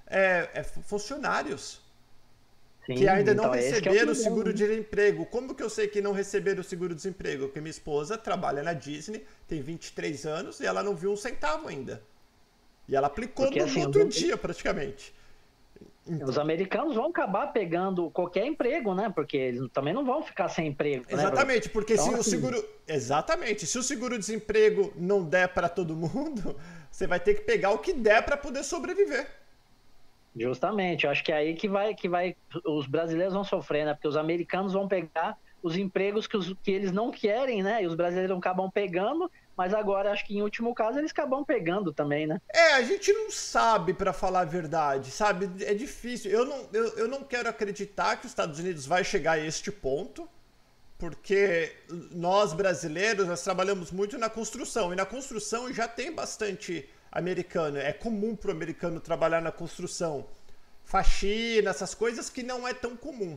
funcionários. Sim, que ainda não receberam o seguro-desemprego. Como que eu sei que não receberam o seguro-desemprego? Porque minha esposa trabalha na Disney, tem 23 anos e ela não viu um centavo ainda. E ela aplicou no outro dia, praticamente. Então, os americanos vão acabar pegando qualquer emprego, né? Porque eles também não vão ficar sem emprego. Exatamente, né, porque então, se o seguro... Exatamente, se o seguro-desemprego não der para todo mundo, você vai ter que pegar o que der para poder sobreviver. Justamente, eu acho que é aí que vai os brasileiros vão sofrer, né? Porque os americanos vão pegar os empregos que eles não querem, né? E os brasileiros acabam pegando, mas agora acho que em último caso eles acabam pegando também, né? A gente não sabe, para falar a verdade, sabe? É difícil. Eu não quero acreditar que os Estados Unidos vai chegar a este ponto, porque nós brasileiros, nós trabalhamos muito na construção, e na construção já tem bastante americano. É comum para o americano trabalhar na construção, faxina, essas coisas que não é tão comum,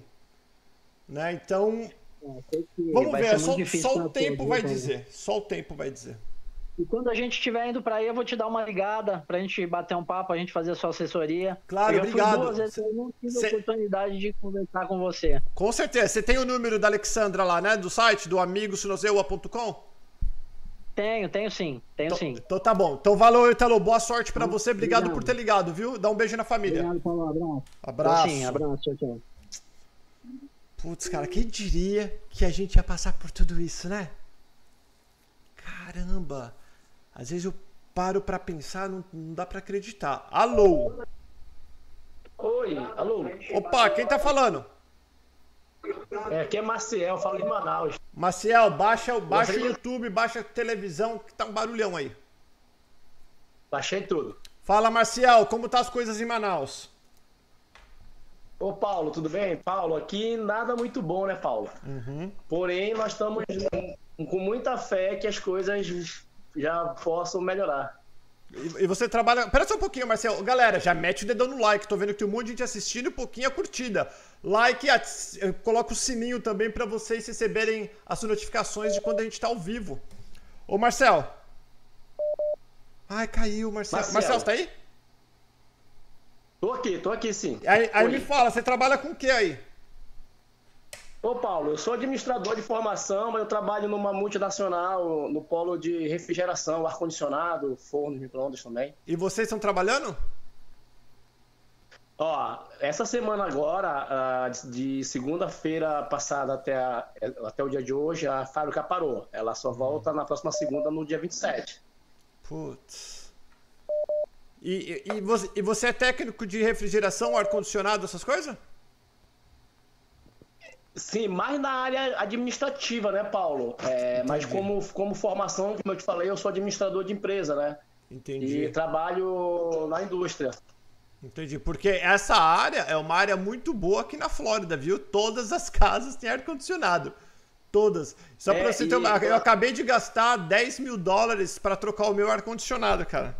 né? Então, vamos ver, só o tempo vai dizer. Só o tempo vai dizer. E quando a gente estiver indo para aí, eu vou te dar uma ligada pra gente bater um papo, a gente fazer a sua assessoria. Claro, obrigado. Fui 2 vezes, eu não tive a oportunidade de conversar com você. Com certeza. Você tem o número da Alexandra lá, né? Do site, do amigosinozeu.com? Tenho sim. Então tá bom. Então valeu, Italo. Boa sorte pra você. Obrigado por ter ligado, viu? Dá um beijo na família. Obrigado, Paulo. Abraço. Abraço. Sim, abraço. Tchau, tchau. Putz, cara, quem diria que a gente ia passar por tudo isso, né? Caramba. Às vezes eu paro pra pensar, não dá pra acreditar. Alô? Oi, alô? Opa, quem tá falando? Aqui é Maciel, falo de Manaus. Maciel, baixa o YouTube, baixa a televisão, que tá um barulhão aí. Baixei tudo. Fala, Maciel, como tá as coisas em Manaus? Ô, Paulo, tudo bem? Paulo, aqui nada muito bom, né, Paulo? Uhum. Porém, nós estamos com muita fé que as coisas já possam melhorar. E você trabalha... Pera só um pouquinho, Marcelo. Galera, já mete o dedão no like. Tô vendo que tem um monte de gente assistindo e um pouquinho a curtida. Like, coloca o sininho também pra vocês receberem as notificações de quando a gente tá ao vivo. Ô, Marcelo. Ai, caiu, Marcelo. Marcelo, você tá aí? Tô aqui sim. Aí me fala, você trabalha com o que aí? Ô, Paulo, eu sou administrador de formação, mas eu trabalho numa multinacional, no polo de refrigeração, ar-condicionado, forno, micro-ondas também. E vocês estão trabalhando? Ó, essa semana agora, de segunda-feira passada até o dia de hoje, a fábrica parou. Ela só volta na próxima segunda, no dia 27. Putz. E você é técnico de refrigeração, ar-condicionado, essas coisas? Sim, mais na área administrativa, né, Paulo? Mas como formação, como eu te falei, eu sou administrador de empresa, né? Entendi. E trabalho na indústria. Entendi, porque essa área é uma área muito boa aqui na Flórida, viu? Todas as casas têm ar-condicionado. Todas. Só pra você ter uma... Eu acabei de gastar $10 mil para trocar o meu ar-condicionado, cara.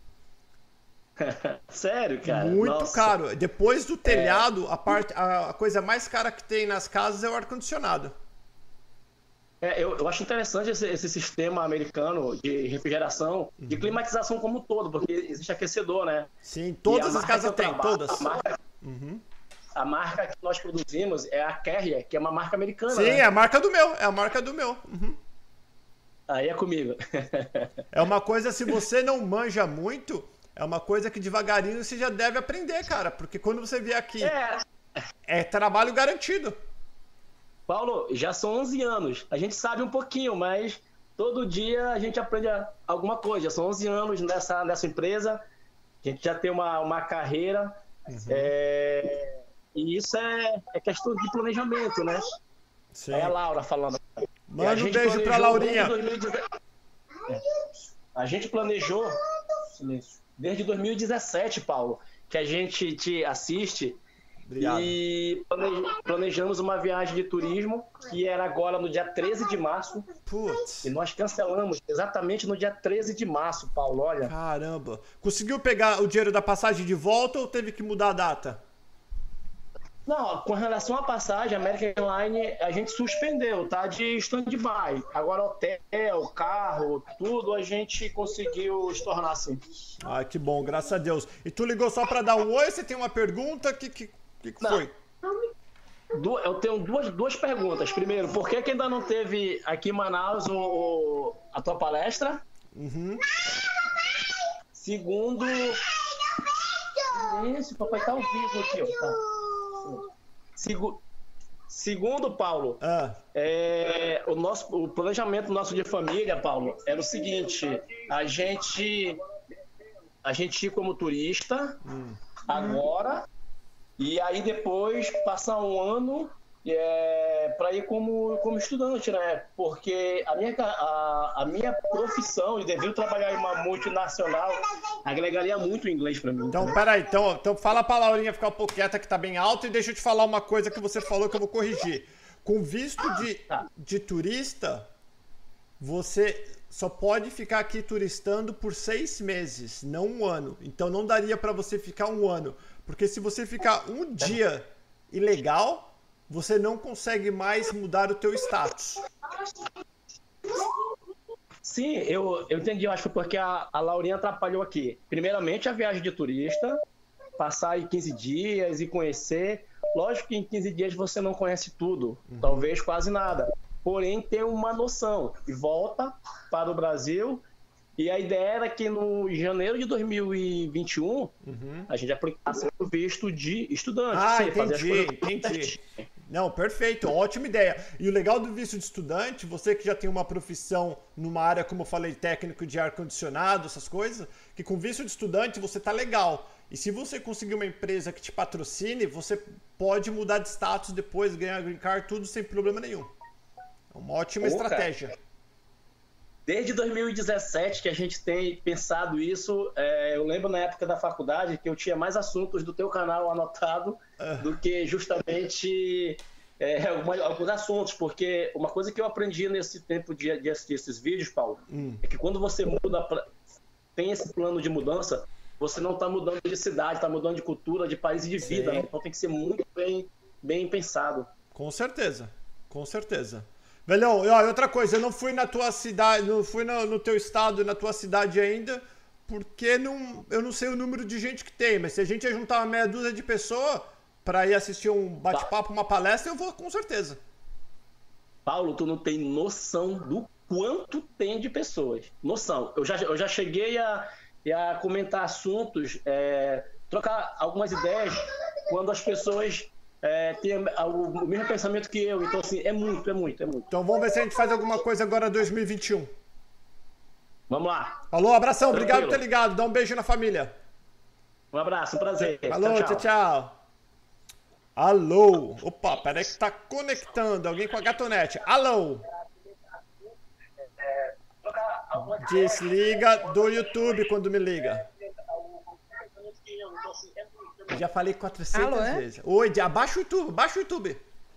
Sério, cara? Muito caro. Depois do telhado, a coisa mais cara que tem nas casas é o ar-condicionado. Eu acho interessante esse sistema americano de refrigeração, de climatização como um todo, porque existe aquecedor, né? Sim, todas as casas têm, todas. A marca que nós produzimos é a Carrier, que é uma marca americana. Sim, né? é a marca do meu, é a marca do meu. Uhum. Aí é comigo. É uma coisa, se você não manja muito, é uma coisa que devagarinho você já deve aprender, cara, porque quando você vier aqui, é trabalho garantido. Paulo, já são 11 anos. A gente sabe um pouquinho, mas todo dia a gente aprende alguma coisa. Já são 11 anos nessa empresa. A gente já tem uma carreira. E isso é questão de planejamento, né? Sim. É a Laura falando. Manda um beijo pra Laurinha. A gente planejou, desde 2017, Paulo, que a gente te assiste. Obrigado. E planejamos uma viagem de turismo que era agora no dia 13 de março. Putz. E nós cancelamos exatamente no dia 13 de março, Paulo, olha. Caramba. Conseguiu pegar o dinheiro da passagem de volta ou teve que mudar a data? Não, com relação à passagem, a American Airlines a gente suspendeu, tá? De stand-by. Agora hotel, carro, tudo a gente conseguiu estornar assim. Ah, que bom, graças a Deus. E tu ligou só pra dar um oi? Você tem uma pergunta? Que foi? Eu tenho duas perguntas. Primeiro, por que ainda não teve aqui em Manaus a tua palestra? Uhum. Segundo... Esse papai tá ao vivo aqui, ó. Tá. Segundo, Paulo, o planejamento nosso de família, Paulo, era o seguinte: a gente ir como turista agora, e aí depois passar um ano para ir como estudante, né? Porque a minha profissão, e devido trabalhar em uma multinacional, agregaria muito o inglês para mim. Então, peraí, então fala pra Laurinha ficar um pouco quieta, que tá bem alto, e deixa eu te falar uma coisa que você falou que eu vou corrigir. Com visto de turista, você só pode ficar aqui turistando por 6 meses, não um ano. Então não daria pra você ficar um ano. Porque se você ficar um dia ilegal, você não consegue mais mudar o teu status. Sim, eu entendi. Eu acho que foi porque a Laurinha atrapalhou aqui. Primeiramente, a viagem de turista, passar aí 15 dias e conhecer. Lógico que em 15 dias você não conhece tudo, talvez quase nada. Porém, tem uma noção. E volta para o Brasil. E a ideia era que no janeiro de 2021, a gente aplicasse o visto de estudante. Ah, entendi. Não, perfeito, ótima ideia. E o legal do visto de estudante, você que já tem uma profissão numa área, como eu falei, técnico de ar-condicionado, essas coisas, que com visto de estudante você tá legal. E se você conseguir uma empresa que te patrocine, você pode mudar de status depois, ganhar green card, tudo sem problema nenhum. É uma ótima estratégia. Desde 2017 que a gente tem pensado isso, eu lembro na época da faculdade que eu tinha mais assuntos do teu canal anotado do que justamente alguns assuntos, porque uma coisa que eu aprendi nesse tempo de assistir esses vídeos, Paulo, é que quando você tem esse plano de mudança, você não está mudando de cidade, está mudando de cultura, de país e de vida, né? Então tem que ser muito bem pensado. Com certeza, com certeza. Velhão, e outra coisa, eu não fui na tua cidade, não fui no teu estado e na tua cidade ainda, porque eu não sei o número de gente que tem, mas se a gente ia juntar uma meia dúzia de pessoas para ir assistir um bate-papo, uma palestra, eu vou com certeza. Paulo, tu não tem noção do quanto tem de pessoas. Noção. Eu já cheguei a comentar assuntos, trocar algumas ideias quando as pessoas... tem o mesmo pensamento que eu, então assim, é muito. Então vamos ver se a gente faz alguma coisa agora em 2021. Vamos lá. Falou, abração, obrigado por ter ligado, dá um beijo na família. Um abraço, um prazer. Falou, tchau. Alô, opa, peraí que tá conectando, alguém com a gatonete. Alô. Desliga do YouTube quando me liga. Eu já falei 400 vezes. Oi, abaixa o YouTube, baixa o YouTube.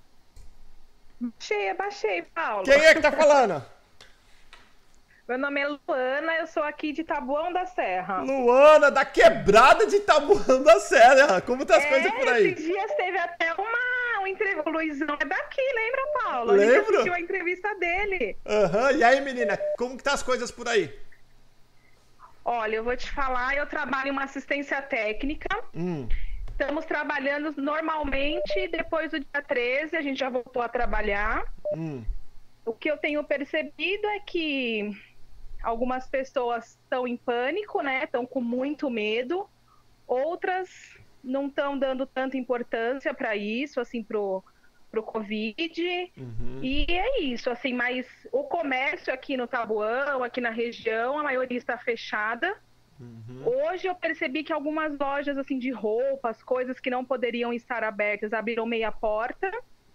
Baixei, Paulo. Quem é que tá falando? Meu nome é Luana, eu sou aqui de Taboão da Serra. Luana, da quebrada de Taboão da Serra. Como tá as coisas por aí? Esses dias teve até uma entrevista. O Luizão é daqui, lembra, Paulo? Lembro. A gente assistiu a entrevista dele. E aí, menina, como que tá as coisas por aí? Olha, eu vou te falar, eu trabalho em uma assistência técnica. Estamos trabalhando normalmente, depois do dia 13, a gente já voltou a trabalhar. O que eu tenho percebido é que algumas pessoas estão em pânico, né? Estão com muito medo. Outras não estão dando tanta importância para isso, assim, pro Covid. E é isso, assim, mas o comércio aqui no Taboão, aqui na região, a maioria está fechada. Hoje eu percebi que algumas lojas assim de roupas, coisas que não poderiam estar abertas, abriram meia porta.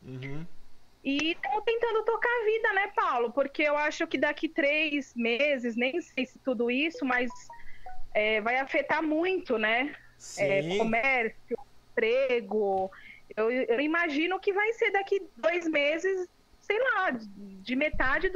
E estamos tentando tocar a vida, né, Paulo? Porque eu acho que daqui 3 meses, nem sei se tudo isso, mas vai afetar muito, né? Comércio, emprego. Eu imagino que vai ser daqui 2 meses, sei lá, de metade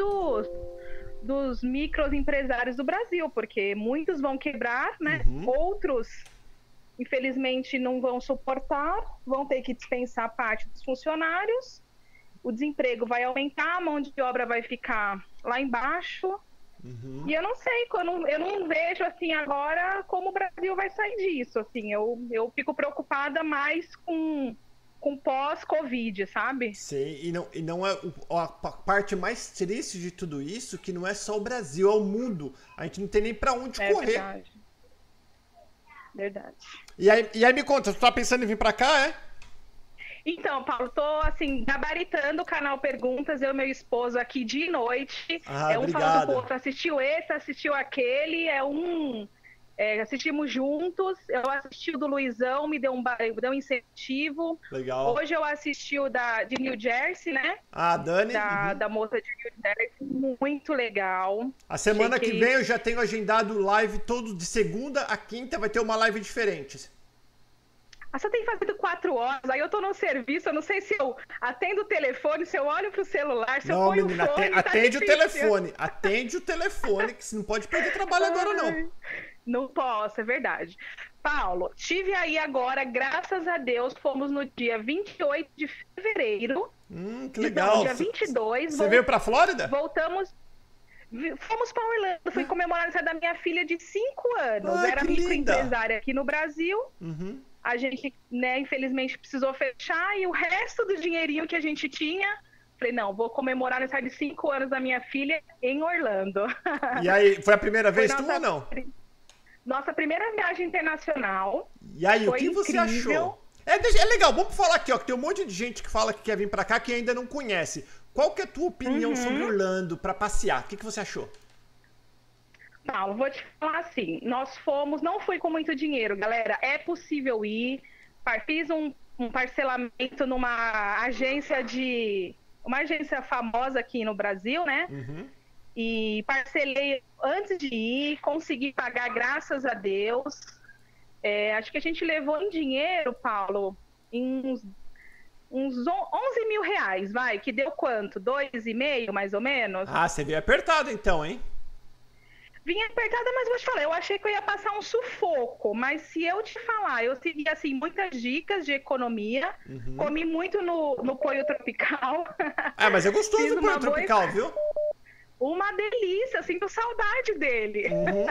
dos microempresários do Brasil, porque muitos vão quebrar, né? Outros, infelizmente, não vão suportar, vão ter que dispensar parte dos funcionários, o desemprego vai aumentar, a mão de obra vai ficar lá embaixo, e eu não sei, eu não vejo, assim, agora como o Brasil vai sair disso, assim, eu fico preocupada mais com pós-Covid, sabe? Sim, e não é a parte mais triste de tudo isso, que não é só o Brasil, é o mundo. A gente não tem nem pra onde correr. Verdade. E aí me conta, tu tá pensando em vir pra cá, é? Então, Paulo, tô assim, gabaritando o canal Perguntas, eu e meu esposo aqui de noite. Um falando pro outro, assistiu esse, assistiu aquele, assistimos juntos. Eu assisti o do Luizão, me deu um incentivo. Legal. Hoje eu assisti o de New Jersey, né? Ah, Dani. Da moça de New Jersey, muito legal. A semana que vem eu já tenho agendado live todo de segunda a quinta, vai ter uma live diferente. Você tem fazido 4 horas, aí eu tô no serviço, eu não sei se eu atendo o telefone, se eu olho pro celular, se eu ponho menina, o fone, atende o telefone, atende o telefone, que você não pode perder trabalho agora, não. Não posso, é verdade. Paulo, estive aí agora, graças a Deus, fomos no dia 28 de fevereiro. Que legal. Dia 22. Você veio pra Flórida? Fomos para Orlando, fui comemorar a aniversário da minha filha de 5 anos. Era microempresária aqui no Brasil. A gente, né, infelizmente precisou fechar e o resto do dinheirinho que a gente tinha, falei, não, vou comemorar o aniversário de 5 anos da minha filha em Orlando. E aí, foi a primeira vez tu ou não? Nossa primeira viagem internacional. E aí, o que você achou? É legal, vamos falar aqui, ó, que tem um monte de gente que fala que quer vir pra cá que ainda não conhece. Qual que é a tua opinião sobre Orlando pra passear? O que você achou? Paulo, vou te falar assim, nós fomos, não fui com muito dinheiro, galera, é possível ir, fiz um parcelamento numa agência famosa aqui no Brasil, né? E parcelei antes de ir, consegui pagar, graças a Deus. Acho que a gente levou em dinheiro, Paulo, em uns 11 mil reais, vai, que deu quanto? 2,5, mais ou menos? Ah, você veio apertado então, hein? Vim apertada, mas vou te falar, eu achei que eu ia passar um sufoco, mas se eu te falar, eu segui, assim, muitas dicas de economia, comi muito no polho tropical. Mas é gostoso o polho tropical, viu? Uma delícia, sinto saudade dele.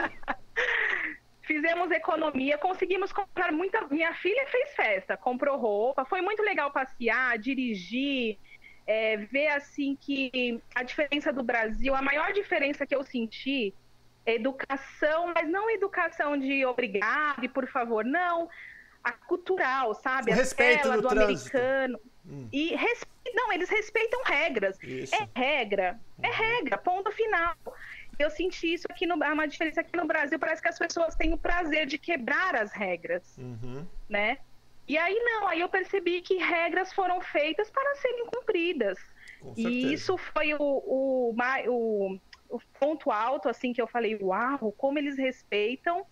Fizemos economia, conseguimos comprar muita... Minha filha fez festa, comprou roupa, foi muito legal passear, dirigir, ver, assim, que a diferença do Brasil, a maior diferença que eu senti... educação, mas não educação de obrigado e por favor, não. A cultural, sabe? O respeito do trânsito. Americano. E não, eles respeitam regras. Isso. É regra, ponto final. Eu senti isso aqui uma diferença aqui no Brasil, parece que as pessoas têm o prazer de quebrar as regras, né? E aí não, aí eu percebi que regras foram feitas para serem cumpridas. E isso foi o ponto alto, assim, que eu falei, uau, como eles respeitam.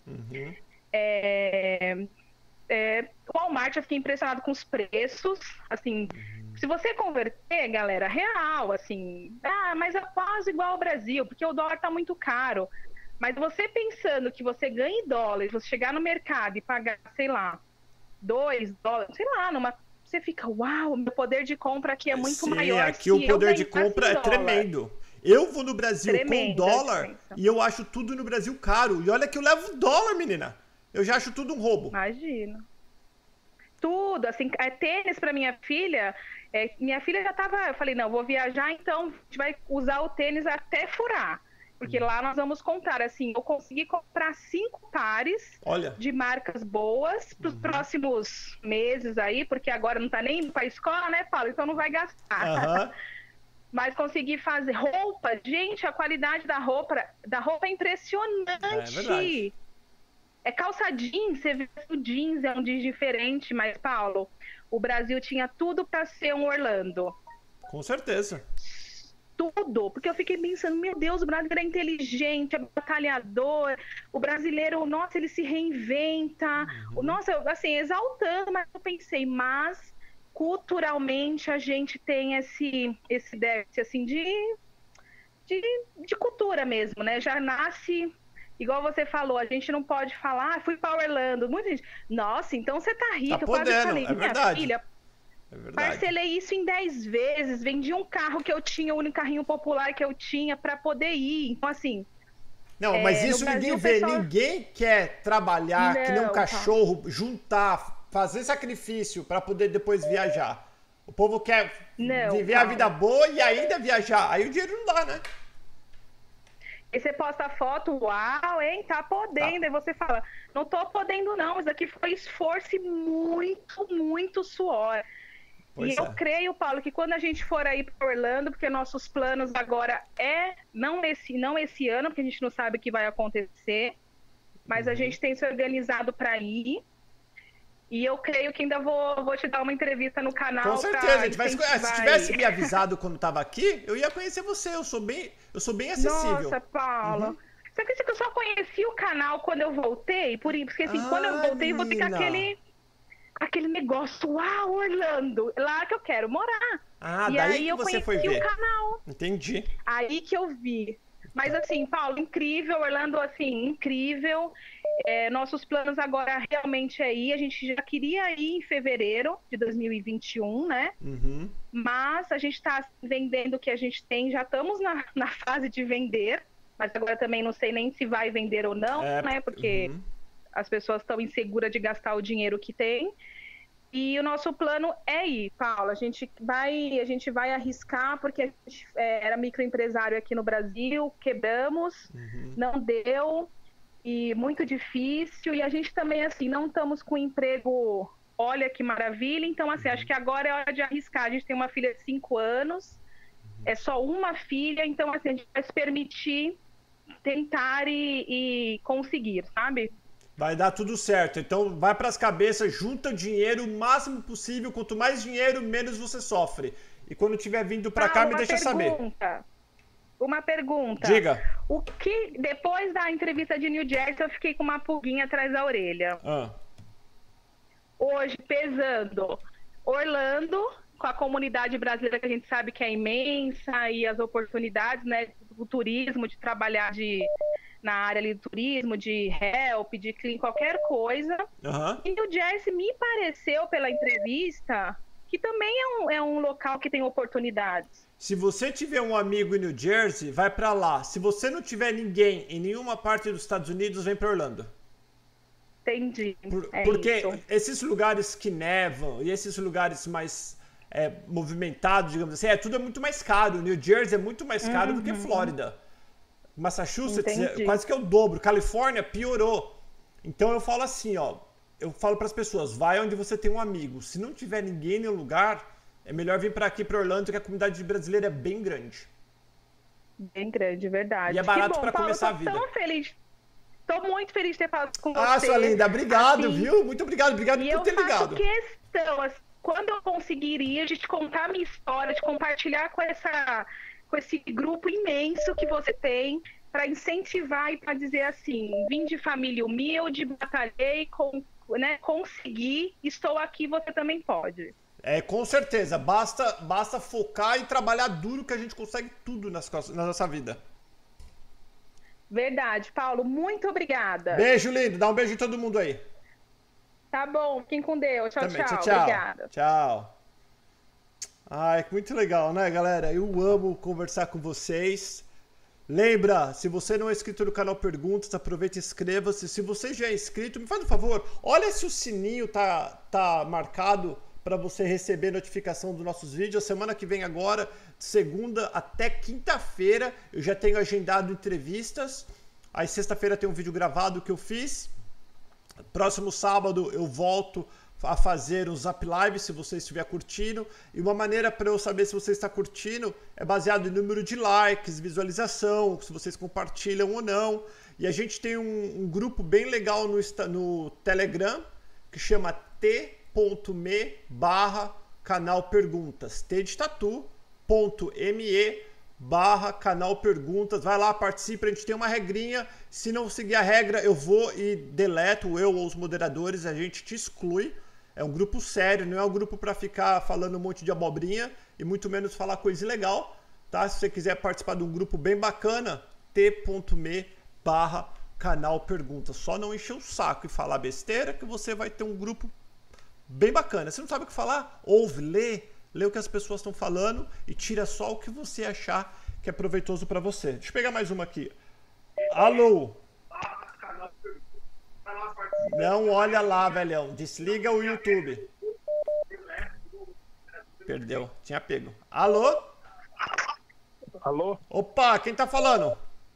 O Walmart, eu fiquei impressionado com os preços, assim, se você converter, galera, real, assim, mas é quase igual ao Brasil, porque o dólar tá muito caro. Mas você pensando que você ganha em dólares, você chegar no mercado e pagar, sei lá, $2, sei lá, você fica, uau, meu poder de compra aqui é muito maior. Aqui o poder de compra é tremendo. Eu vou no Brasil com dólar e eu acho tudo no Brasil caro. E olha que eu levo dólar, menina. Eu já acho tudo um roubo. Imagina. Tudo, assim, tênis pra minha filha. Minha filha já tava... Eu falei, não, vou viajar, então a gente vai usar o tênis até furar. Porque lá nós vamos comprar, assim, eu consegui comprar 5 pares de marcas boas para os próximos meses aí, porque agora não tá nem indo pra escola, né, Paulo? Então não vai gastar. Mas consegui fazer roupa. Gente, a qualidade da roupa é impressionante. É calça jeans, você vê o jeans é um jeans diferente, mas, Paulo, o Brasil tinha tudo para ser um Orlando. Com certeza. Tudo, porque eu fiquei pensando, meu Deus, o brasileiro é inteligente, é batalhador, o brasileiro, nossa, ele se reinventa, nossa, assim, exaltando, mas eu pensei, mas culturalmente a gente tem esse déficit, assim, de cultura mesmo, né? Já nasce, igual você falou, a gente não pode falar, fui para Orlando, muita gente, nossa, então você tá rica, tá eu quase podendo, falei, é minha verdade. filha, É verdade. parcelei isso em 10 vezes, vendi um carro que eu tinha, o único carrinho popular que eu tinha para poder ir. Então, assim... Não, mas isso ninguém vê. Pessoal... Ninguém quer trabalhar que nem um cachorro, juntar, fazer sacrifício para poder depois viajar. O povo quer viver a vida boa e ainda viajar. Aí o dinheiro não dá, né? E você posta foto, uau, hein, tá podendo. Aí você fala, não tô podendo não, isso aqui foi esforço e muito, muito suor. Pois eu creio, Paulo, que quando a gente for aí para Orlando, porque nossos planos agora não esse ano, porque a gente não sabe o que vai acontecer, mas a gente tem se organizado para ir. E eu creio que ainda vou te dar uma entrevista no canal. Com certeza, se tivesse me avisado quando estava aqui, eu ia conhecer você. Eu sou bem acessível. Nossa, Paulo. Você acredita que eu só conheci o canal quando eu voltei? Porque assim, quando eu voltei, eu vou ficar aquele negócio, uau, Orlando, lá que eu quero morar. E daí aí que você foi ver. O canal. Entendi. Aí que eu vi. Mas assim, Paulo, incrível, Orlando, assim, incrível. Nossos planos agora realmente é ir. A gente já queria ir em fevereiro de 2021, né? Mas a gente está vendendo o que a gente tem. Já estamos na fase de vender. Mas agora também não sei nem se vai vender ou não, né? Porque... as pessoas estão inseguras de gastar o dinheiro que tem. E o nosso plano é ir, Paulo. A gente vai arriscar, porque a gente era microempresário aqui no Brasil, quebramos, não deu, e muito difícil. E a gente também, assim, não estamos com emprego, olha que maravilha. Então, assim, acho que agora é hora de arriscar. A gente tem uma filha de 5 anos, é só uma filha, então, assim, a gente vai se permitir tentar e conseguir, sabe? Vai dar tudo certo. Então vai para as cabeças, junta dinheiro o máximo possível. Quanto mais dinheiro, menos você sofre. E quando tiver vindo para cá, me deixa saber. Uma pergunta. Diga. O que depois da entrevista de New Jersey eu fiquei com uma pulguinha atrás da orelha. Hoje pesando Orlando com a comunidade brasileira que a gente sabe que é imensa e as oportunidades, né, do turismo, de trabalhar na área ali do turismo, de help, de clean, qualquer coisa. E New Jersey me pareceu, pela entrevista, que também é um local que tem oportunidades. Se você tiver um amigo em New Jersey, vai pra lá. Se você não tiver ninguém em nenhuma parte dos Estados Unidos, vem pra Orlando. Entendi. Porque esses lugares que nevam e esses lugares mais movimentados, digamos assim, tudo é muito mais caro. New Jersey é muito mais caro do que Flórida. Massachusetts quase que é o dobro. Califórnia piorou. Então eu falo assim, eu falo para as pessoas, vai onde você tem um amigo. Se não tiver ninguém no lugar, é melhor vir para aqui, para Orlando, que a comunidade brasileira é bem grande. Bem grande, verdade. E é barato para começar a vida. Tô tão feliz. Tô muito feliz de ter falado com você. Sua linda, obrigado, assim, viu? Muito obrigado por ter ligado. E eu faço questão, assim, quando eu conseguiria, de te contar a minha história, de compartilhar com esse grupo imenso que você tem, para incentivar e para dizer assim, vim de família humilde, batalhei, consegui, estou aqui, você também pode. Com certeza, basta focar e trabalhar duro que a gente consegue tudo na nossa vida. Verdade, Paulo, muito obrigada. Beijo, lindo, dá um beijo em todo mundo aí. Tá bom, fiquem com Deus, tchau. Obrigada. Tchau. Ai, muito legal, né, galera? Eu amo conversar com vocês. Lembra, se você não é inscrito no canal Perguntas, aproveita e inscreva-se. Se você já é inscrito, me faz um favor, olha se o sininho tá marcado para você receber notificação dos nossos vídeos. A semana que vem agora, de segunda até quinta-feira, eu já tenho agendado entrevistas. Aí sexta-feira tem um vídeo gravado que eu fiz. Próximo sábado eu volto a fazer um Zap Live, se você estiver curtindo. E uma maneira para eu saber se você está curtindo é baseado em número de likes, visualização, se vocês compartilham ou não. E a gente tem um grupo bem legal no Telegram, que chama t.me/canal perguntas. T de tatu.me/canal perguntas. Vai lá, participa, a gente tem uma regrinha. Se não seguir a regra, eu vou e deleto, eu ou os moderadores, a gente te exclui. É um grupo sério, não é um grupo para ficar falando um monte de abobrinha e muito menos falar coisa ilegal, tá? Se você quiser participar de um grupo bem bacana, t.me/canal perguntas. Só não encher o saco e falar besteira que você vai ter um grupo bem bacana. Você não sabe o que falar? Ouve, lê o que as pessoas estão falando e tira só o que você achar que é proveitoso para você. Deixa eu pegar mais uma aqui. Alô? Não olha lá, velhão. Desliga o YouTube. Perdeu. Tinha pego. Alô? Alô? Opa, quem tá falando?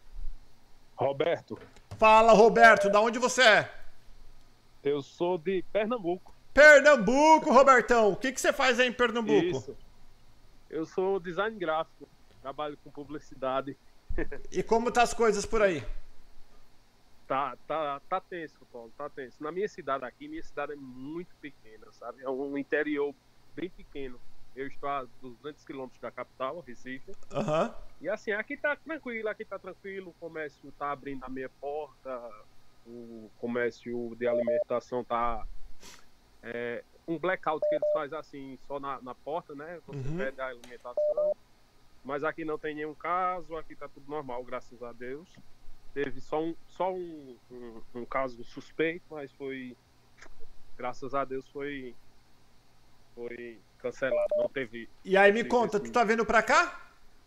Roberto. Fala, Roberto. Da onde você é? Eu sou de Pernambuco. Pernambuco, Robertão. O que você faz aí em Pernambuco? Isso. Eu sou design gráfico. Trabalho com publicidade. E como tá as coisas por aí? Tá tenso, Paulo, tá tenso. Na minha cidade aqui, minha cidade é muito pequena, sabe? É um interior bem pequeno. Eu estou a 200 quilômetros da capital, Recife. Uhum. E assim, aqui tá tranquilo, o comércio tá abrindo a meia porta, o comércio de alimentação tá... um blackout que eles fazem assim, só na porta, né? Você pede a alimentação. Mas aqui não tem nenhum caso, aqui tá tudo normal, graças a Deus. Teve só um caso suspeito, mas foi, graças a Deus, foi cancelado. Não teve. E aí me conta, tu tá vindo pra cá?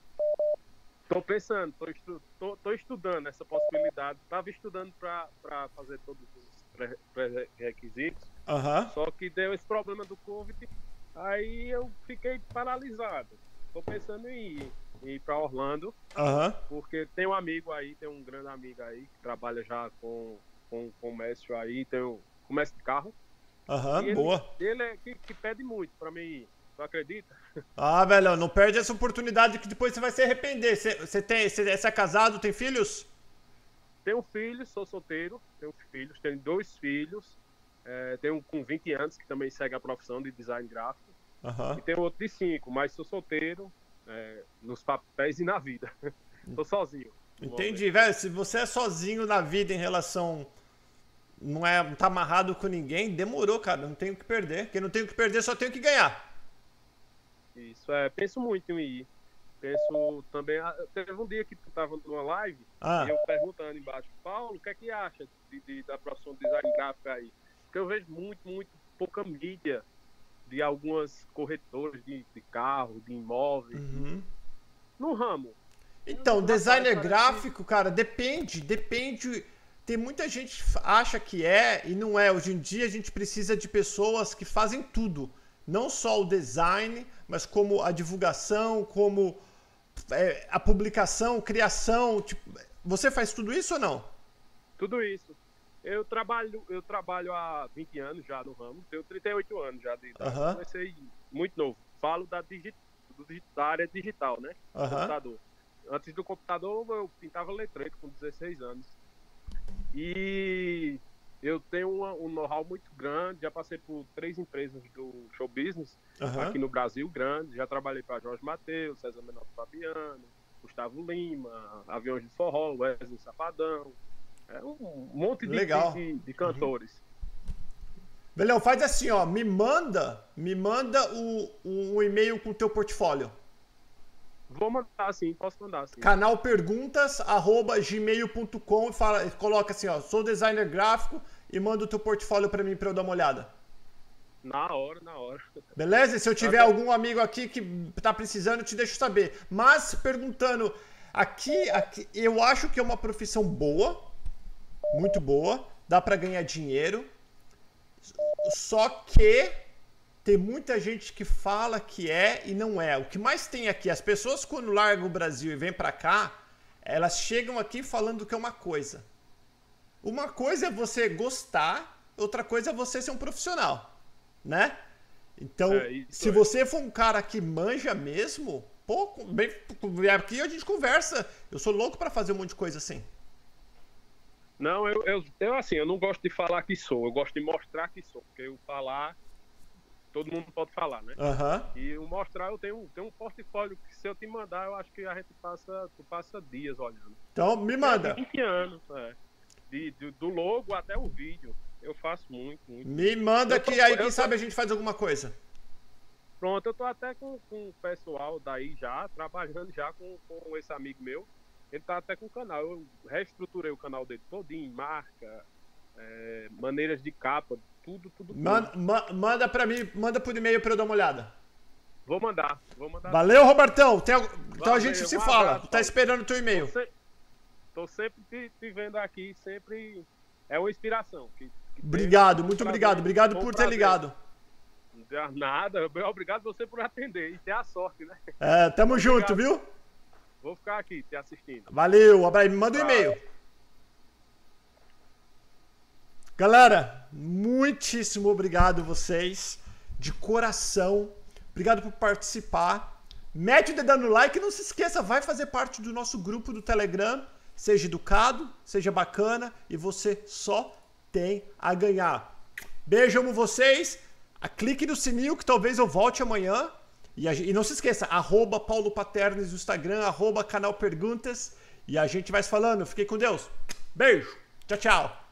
Tô pensando, tô estudando essa possibilidade. Tava estudando pra fazer todos os pré-requisitos. Só que deu esse problema do Covid, aí eu fiquei paralisado. Tô pensando em ir para Orlando, porque tem um amigo aí, tem um grande amigo aí que trabalha já com comércio aí, tem um comércio de carro. Boa. Ele é que pede muito para mim ir. Tu acredita? Ah, velho, não perde essa oportunidade que depois você vai se arrepender. Você é casado, tem filhos? Tenho um filho, sou solteiro, tenho filhos, tenho 2 filhos. Tenho um com 20 anos que também segue a profissão de design gráfico. E tem outro de 5, mas sou solteiro, nos papéis e na vida. Tô sozinho. Entendi, velho. Se você é sozinho na vida em relação... Não tá amarrado com ninguém, demorou, cara. Não tem o que perder. Quem não tem o que perder só tem o que ganhar. Isso, penso muito em ir. Penso também... Teve um dia que tu tava numa live e eu perguntando embaixo, Paulo, o que é que acha da profissão de design gráfico aí? Porque eu vejo muito pouca mídia de algumas corretoras de carro, de imóveis, no ramo. Então, designer gráfico, cara, depende. Tem muita gente que acha que e não é. Hoje em dia a gente precisa de pessoas que fazem tudo. Não só o design, mas como a divulgação, como a publicação, criação. Tipo, você faz tudo isso ou não? Tudo isso. Eu trabalho há 20 anos já no ramo, tenho 38 anos já de idade. Comecei muito novo. Falo da área digital, né? Computador. Antes do computador, eu pintava letreiro com 16 anos. E eu tenho um know-how muito grande, já passei por 3 empresas do show business aqui no Brasil, grande. Já trabalhei para Jorge Mateus, César Menotti Fabiano, Gustavo Lima, Aviões de Forró, Wesley Safadão. Um monte de cantores. Velhão, faz assim, ó. Me manda um e-mail com o teu portfólio. Vou mandar sim, posso mandar sim. Canalperguntas@gmail.com e coloca assim, ó. Sou designer gráfico e manda o teu portfólio pra mim pra eu dar uma olhada. Na hora. Beleza? E se eu tiver algum amigo aqui que tá precisando, eu te deixo saber. Mas perguntando, aqui eu acho que é uma profissão boa. Muito boa, dá pra ganhar dinheiro, só que tem muita gente que fala que e não é. O que mais tem aqui, as pessoas quando largam o Brasil e vêm pra cá, elas chegam aqui falando que é uma coisa. Uma coisa é você gostar, outra coisa é você ser um profissional, né? Então, se você for um cara que manja mesmo, aqui a gente conversa, eu sou louco pra fazer um monte de coisa assim. Não, eu assim, eu não gosto de falar que sou, eu gosto de mostrar que sou, porque eu falar, todo mundo pode falar, né? E o mostrar, eu tenho um portfólio que se eu te mandar, eu acho que a gente passa dias olhando. Então, me manda. 20 anos, do logo até o vídeo, eu faço muito. Me manda que aí, quem sabe a gente faz alguma coisa. Pronto, eu tô até com o pessoal daí já, trabalhando já com esse amigo meu. Ele tá até com o canal. Eu reestruturei o canal dele todinho, marca, maneiras de capa, tudo. Manda pra mim, manda por e-mail pra eu dar uma olhada. Vou mandar. Valeu, Robertão. Então Valeu, a gente se fala. Abraço, tá esperando o teu e-mail. Tô sempre te vendo aqui, sempre é uma inspiração. Obrigado, muito obrigado. Obrigado por ter ligado. Nada, obrigado você por atender e ter a sorte, né? Tamo junto, viu? Vou ficar aqui te assistindo. Valeu, abraço. Me manda um e-mail. Galera, muitíssimo obrigado vocês, de coração. Obrigado por participar. Mete o dedão no like e não se esqueça, vai fazer parte do nosso grupo do Telegram. Seja educado, seja bacana e você só tem a ganhar. Beijo, amo vocês. Clique no sininho que talvez eu volte amanhã. E não se esqueça, @Paulo Paternes no Instagram, @canal Perguntas. E a gente vai se falando. Fiquem com Deus. Beijo. Tchau, tchau.